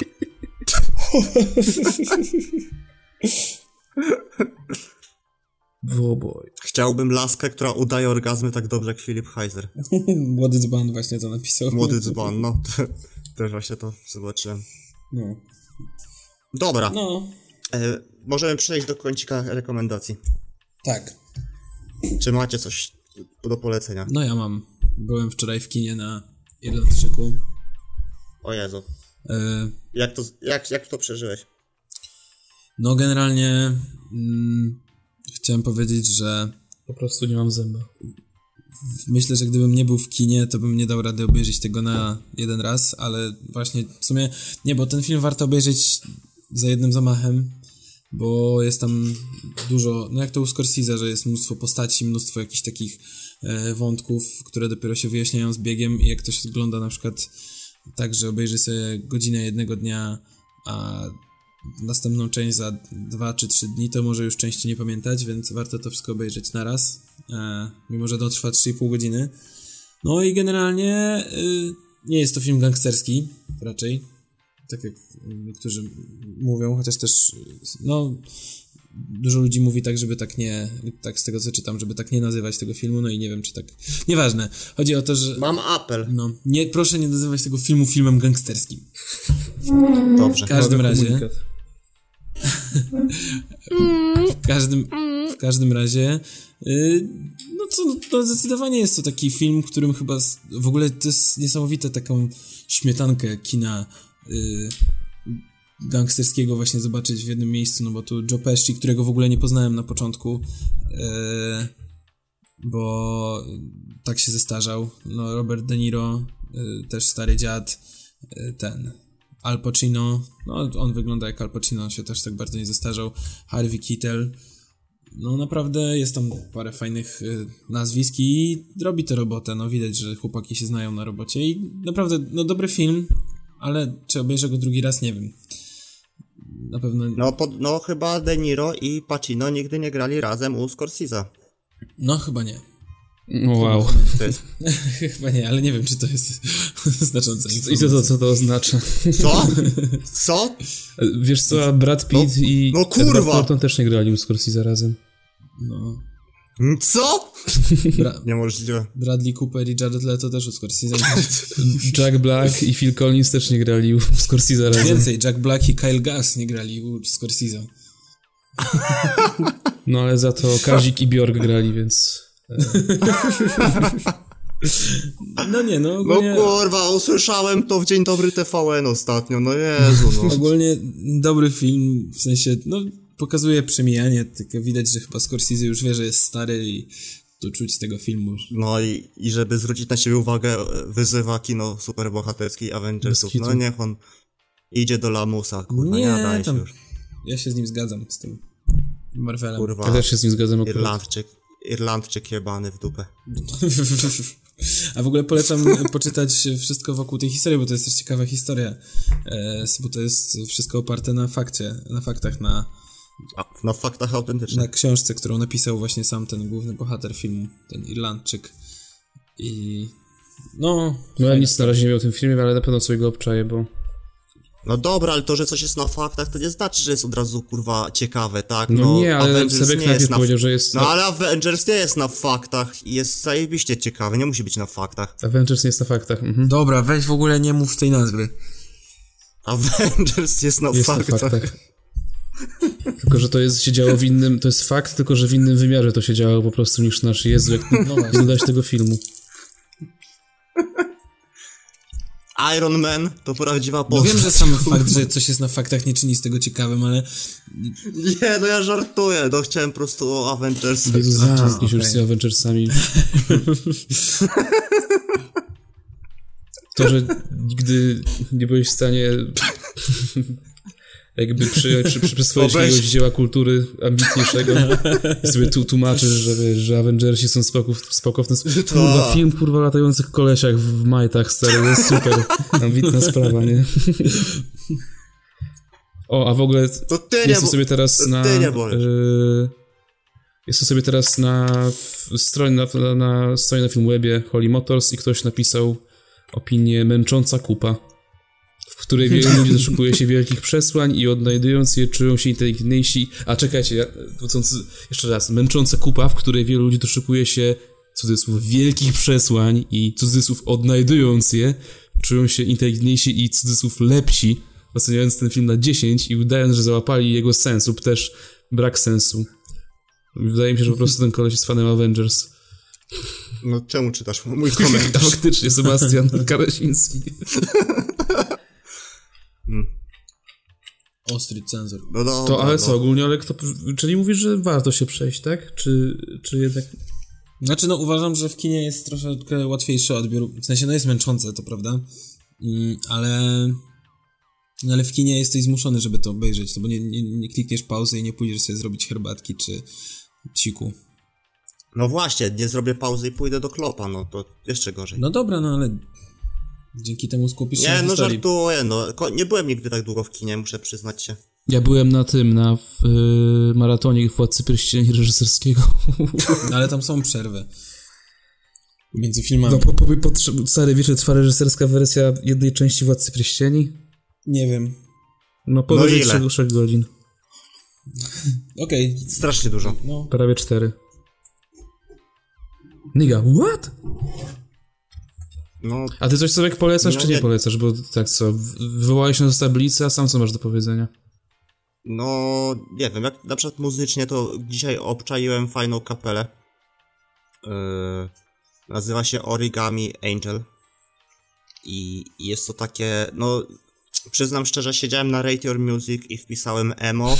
Boj. Chciałbym laskę, która udaje orgazmy tak dobrze jak Filip Heiser. Młody dzban właśnie to napisał. Młody dzban, no. Też właśnie to zobaczyłem. No. Dobra, No, możemy przejść do kącika rekomendacji. tak. Czy macie coś do polecenia? No ja mam. Byłem wczoraj w kinie na Irlandczyku. O Jezu. E, Jak to przeżyłeś? No generalnie chciałem powiedzieć, że Po prostu nie mam zęba. myślę, że gdybym nie był w kinie, to bym nie dał rady obejrzeć tego na jeden raz, ale właśnie w sumie nie, bo ten film warto obejrzeć za jednym zamachem, bo jest tam dużo, no jak to u Scorsese, że jest mnóstwo postaci, mnóstwo jakichś takich wątków, które dopiero się wyjaśniają z biegiem i jak ktoś ogląda na przykład tak, że obejrzy sobie godzinę jednego dnia, a następną część za 2 czy 3 dni, to może już części nie pamiętać, więc warto to wszystko obejrzeć naraz, mimo że to trwa 3,5 godziny. No i generalnie nie jest to film gangsterski, raczej, tak jak niektórzy mówią, chociaż też, no, dużo ludzi mówi tak, żeby tak nie, tak z tego co czytam, żeby tak nie nazywać tego filmu, no i nie wiem, czy tak, nieważne. Chodzi o to, że, Mam apel. no, nie, proszę nie nazywać tego filmu filmem gangsterskim. Dobrze. W każdym razie, Komunikat. w każdym razie, no co, no zdecydowanie jest to taki film, którym chyba w ogóle to jest niesamowite taką śmietankę kina gangsterskiego właśnie zobaczyć w jednym miejscu, no bo tu Joe Pesci, którego w ogóle nie poznałem na początku, bo tak się zestarzał, no Robert De Niro, też stary dziad, ten Al Pacino, no on wygląda jak Al Pacino, on się też tak bardzo nie zestarzał, Harvey Keitel, no naprawdę jest tam parę fajnych nazwisk i robi tę robotę, no widać, że chłopaki się znają na robocie i naprawdę, no dobry film, ale czy obejrzę go drugi raz, nie wiem. Na pewno... No chyba De Niro i Pacino nigdy nie grali razem u Scorsese'a. No chyba nie. Wow. To jest... Chyba nie, ale nie wiem, czy to jest znaczące. I co to oznacza? Co? Co? Wiesz co, a Brad Pitt i no kurwa! Edward Norton też nie grali u Scorsese razem. No. Co? Niemożliwe. Bradley Cooper i Jared Leto też u Scorsese. Jack Black i Phil Collins też nie grali u Scorsese razem. Więcej, Jack Black i Kyle Gass nie grali u Scorsese. No ale za to Kazik i Bjork grali, więc... No nie, no No ogólnie... kurwa, usłyszałem to w Dzień Dobry TVN ostatnio, no Jezu, no. Ogólnie dobry film, w sensie, no pokazuje przemijanie, tylko widać, że chyba Scorsese już wie, że jest stary i to czuć z tego filmu. No i żeby zwrócić na siebie uwagę, wyzywa kino superbohaterski Avengersów. Bez No kitu. niech on idzie do lamusa, kurwa, nie Nie, nadaje się tam- już. Ja się z nim zgadzam, z tym Marvelem. Kurwa, Ja też się z nim zgadzam akurat. Irlandczyk jebany w dupę. A w ogóle polecam poczytać wszystko wokół tej historii, bo to jest też ciekawa historia, bo to jest wszystko oparte na faktach, Na faktach autentycznych. na książce, którą napisał właśnie sam ten główny bohater filmu, ten Irlandczyk. I no... No ja nic na razie nie wiem o tym filmie, ale na pewno sobie go obczaję, bo... No dobra, ale to, że coś jest na faktach, to nie znaczy, że jest od razu, kurwa, ciekawe, tak? No nie, ale Avengers Sebek nie najpierw jest powiedział, że jest... No ale Avengers nie jest na faktach i jest zajebiście ciekawy, nie musi być na faktach. Avengers nie jest na faktach. Mhm. Dobra, weź w ogóle nie mów tej nazwy. Avengers jest na Jest na faktach. faktach. Tylko, że się działo w innym... To jest fakt, tylko że w innym wymiarze to się działo po prostu niż nasz. Jezu, jak No właśnie. nie dodać tego filmu. Iron Man to prawdziwa No postać. wiem, że sam fakt, że coś jest na faktach nie czyni z tego ciekawym, ale Nie, no ja żartuję, no chciałem po prostu o Avengers. Jezu, zamknij się już okej. z Avengersami. To, że nigdy nie byłeś w stanie jakby przyswoić jakiegoś dzieła kultury ambitniejszego i sobie tu tłumaczysz, że wiesz, że Avengersi są spokowne. Kurwa, film kurwa o latających kolesiach w majtach, stary, to jest super ambitna sprawa, nie? O, a w ogóle jestem sobie teraz na stronie na stronie na Filmwebie Holy Motors i ktoś napisał opinię męcząca kupa, w której wielu ludzi doszukuje się wielkich przesłań i odnajdując je czują się inteligentniejsi. A czekajcie, jeszcze raz. Męcząca kupa, w której wielu ludzi doszukuje się cudzysłów wielkich przesłań i cudzysłów odnajdując je czują się inteligentniejsi i cudzysłów lepsi, oceniając ten film na 10 i udając, że załapali jego sens lub też brak sensu. Wydaje mi się, że po prostu ten koleś jest fanem Avengers. No czemu czytasz mój komentarz? Faktycznie, Sebastian Karasiński. Ostry cenzor. No dobra, to, ale co, ogólnie, Olek, czyli mówisz, że warto się przejść, tak? Czy jednak... Znaczy, no uważam, że w kinie jest troszeczkę łatwiejszy odbiór. W sensie, no jest męczące, to prawda? Ale w kinie jesteś zmuszony, żeby to obejrzeć, no bo nie klikniesz pauzy i nie pójdziesz sobie zrobić herbatki czy siku. No właśnie, nie zrobię pauzy i pójdę do klopa, no to jeszcze gorzej. No dobra, no ale dzięki temu skupisz się na historii. Nie, no żartuję, no. Nie byłem nigdy tak długo w kinie, muszę przyznać się. Ja byłem na maratonie Władcy Pierścieni reżyserskiego. No, ale tam są przerwy między filmami. No stary, wiesz, trwa reżyserska wersja jednej części Władcy Pierścieni? Nie wiem. No powyżej 3 godzin. Okej. Strasznie dużo. No. Prawie 4. Niga, what? No. A ty coś sobie polecasz, czy nie polecasz? Bo tak co, wywołałeś nas z tablicy, a sam co masz do powiedzenia? No, nie wiem, jak na przykład muzycznie to dzisiaj obczaiłem fajną kapelę. Nazywa się Origami Angel. I jest to takie, no, przyznam szczerze, siedziałem na Rate Your Music i wpisałem emo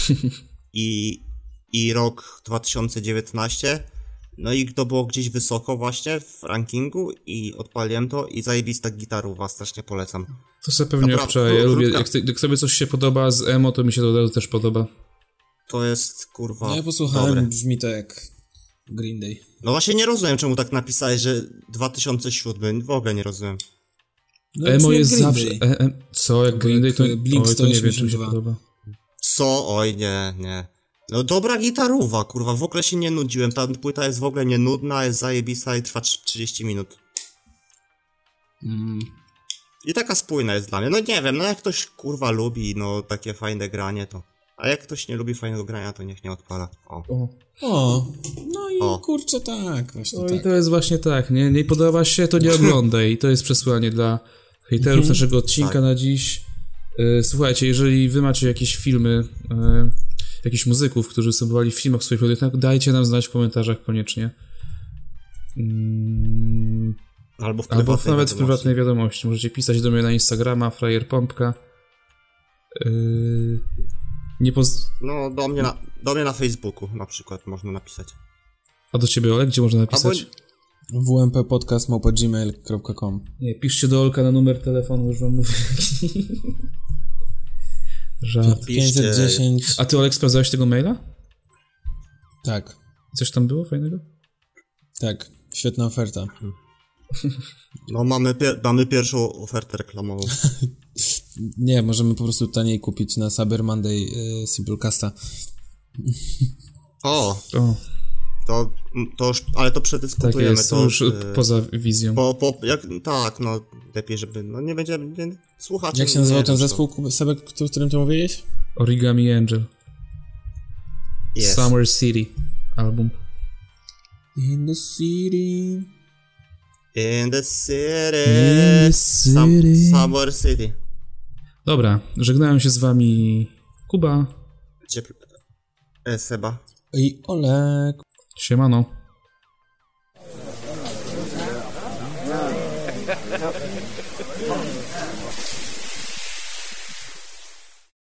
i rok 2019. No i to było gdzieś wysoko właśnie w rankingu i odpaliłem to i zajebista gitarowa, strasznie polecam. To sobie pewnie obczaję, ja lubię, jak sobie coś się podoba z emo, to mi się to od razu też podoba. To jest, kurwa, no ja posłuchałem, dobre. Brzmi to jak Green Day. No właśnie nie rozumiem, czemu tak napisałeś, że 2007, w ogóle nie rozumiem. No, emo jest zawsze... co, jak tak Green Day, to, to nie wiem, czy mi się podoba. Co? Oj, nie. No dobra gitarowa, kurwa, w ogóle się nie nudziłem, ta płyta jest w ogóle nie nudna, jest zajebista i trwa 30 minut. I taka spójna jest dla mnie, no nie wiem, no jak ktoś kurwa lubi, no takie fajne granie to... A jak ktoś nie lubi fajnego grania, to niech nie odpala. No i kurczę tak, właśnie tak. tak. I to jest właśnie tak, nie podoba się, to nie oglądaj. I to jest przesłanie dla hejterów naszego odcinka na dziś. Słuchajcie, jeżeli wy macie jakieś filmy... jakichś muzyków, którzy występowali w filmach w swoich projektach, dajcie nam znać w komentarzach koniecznie. Albo nawet w prywatnej wiadomości. Możecie pisać do mnie na Instagrama, frajerpompka. No, do mnie na Facebooku na przykład można napisać. A do ciebie, Olek, gdzie można napisać? wmppodcast@gmail.com. Nie, piszcie do Olka na numer telefonu, już wam mówię. Żart. 510. A ty, Olek, sprawdzałeś tego maila? Tak. Coś tam było fajnego? Tak, świetna oferta. No mamy pierwszą ofertę reklamową. Nie, możemy po prostu taniej kupić na Cyber Monday Simplecasta. To już, ale to przedyskutujemy. Tak jest, to już poza wizją. Tak, no lepiej, żeby, no nie będziemy słuchać. Jak się nazywał ten zespół, Sebek, o którym ty mówiłeś? Origami Angel. Yes. Summer City album. In the city. Summer City. Dobra, żegnają się z wami Kuba. Seba. I Olek. Siemano.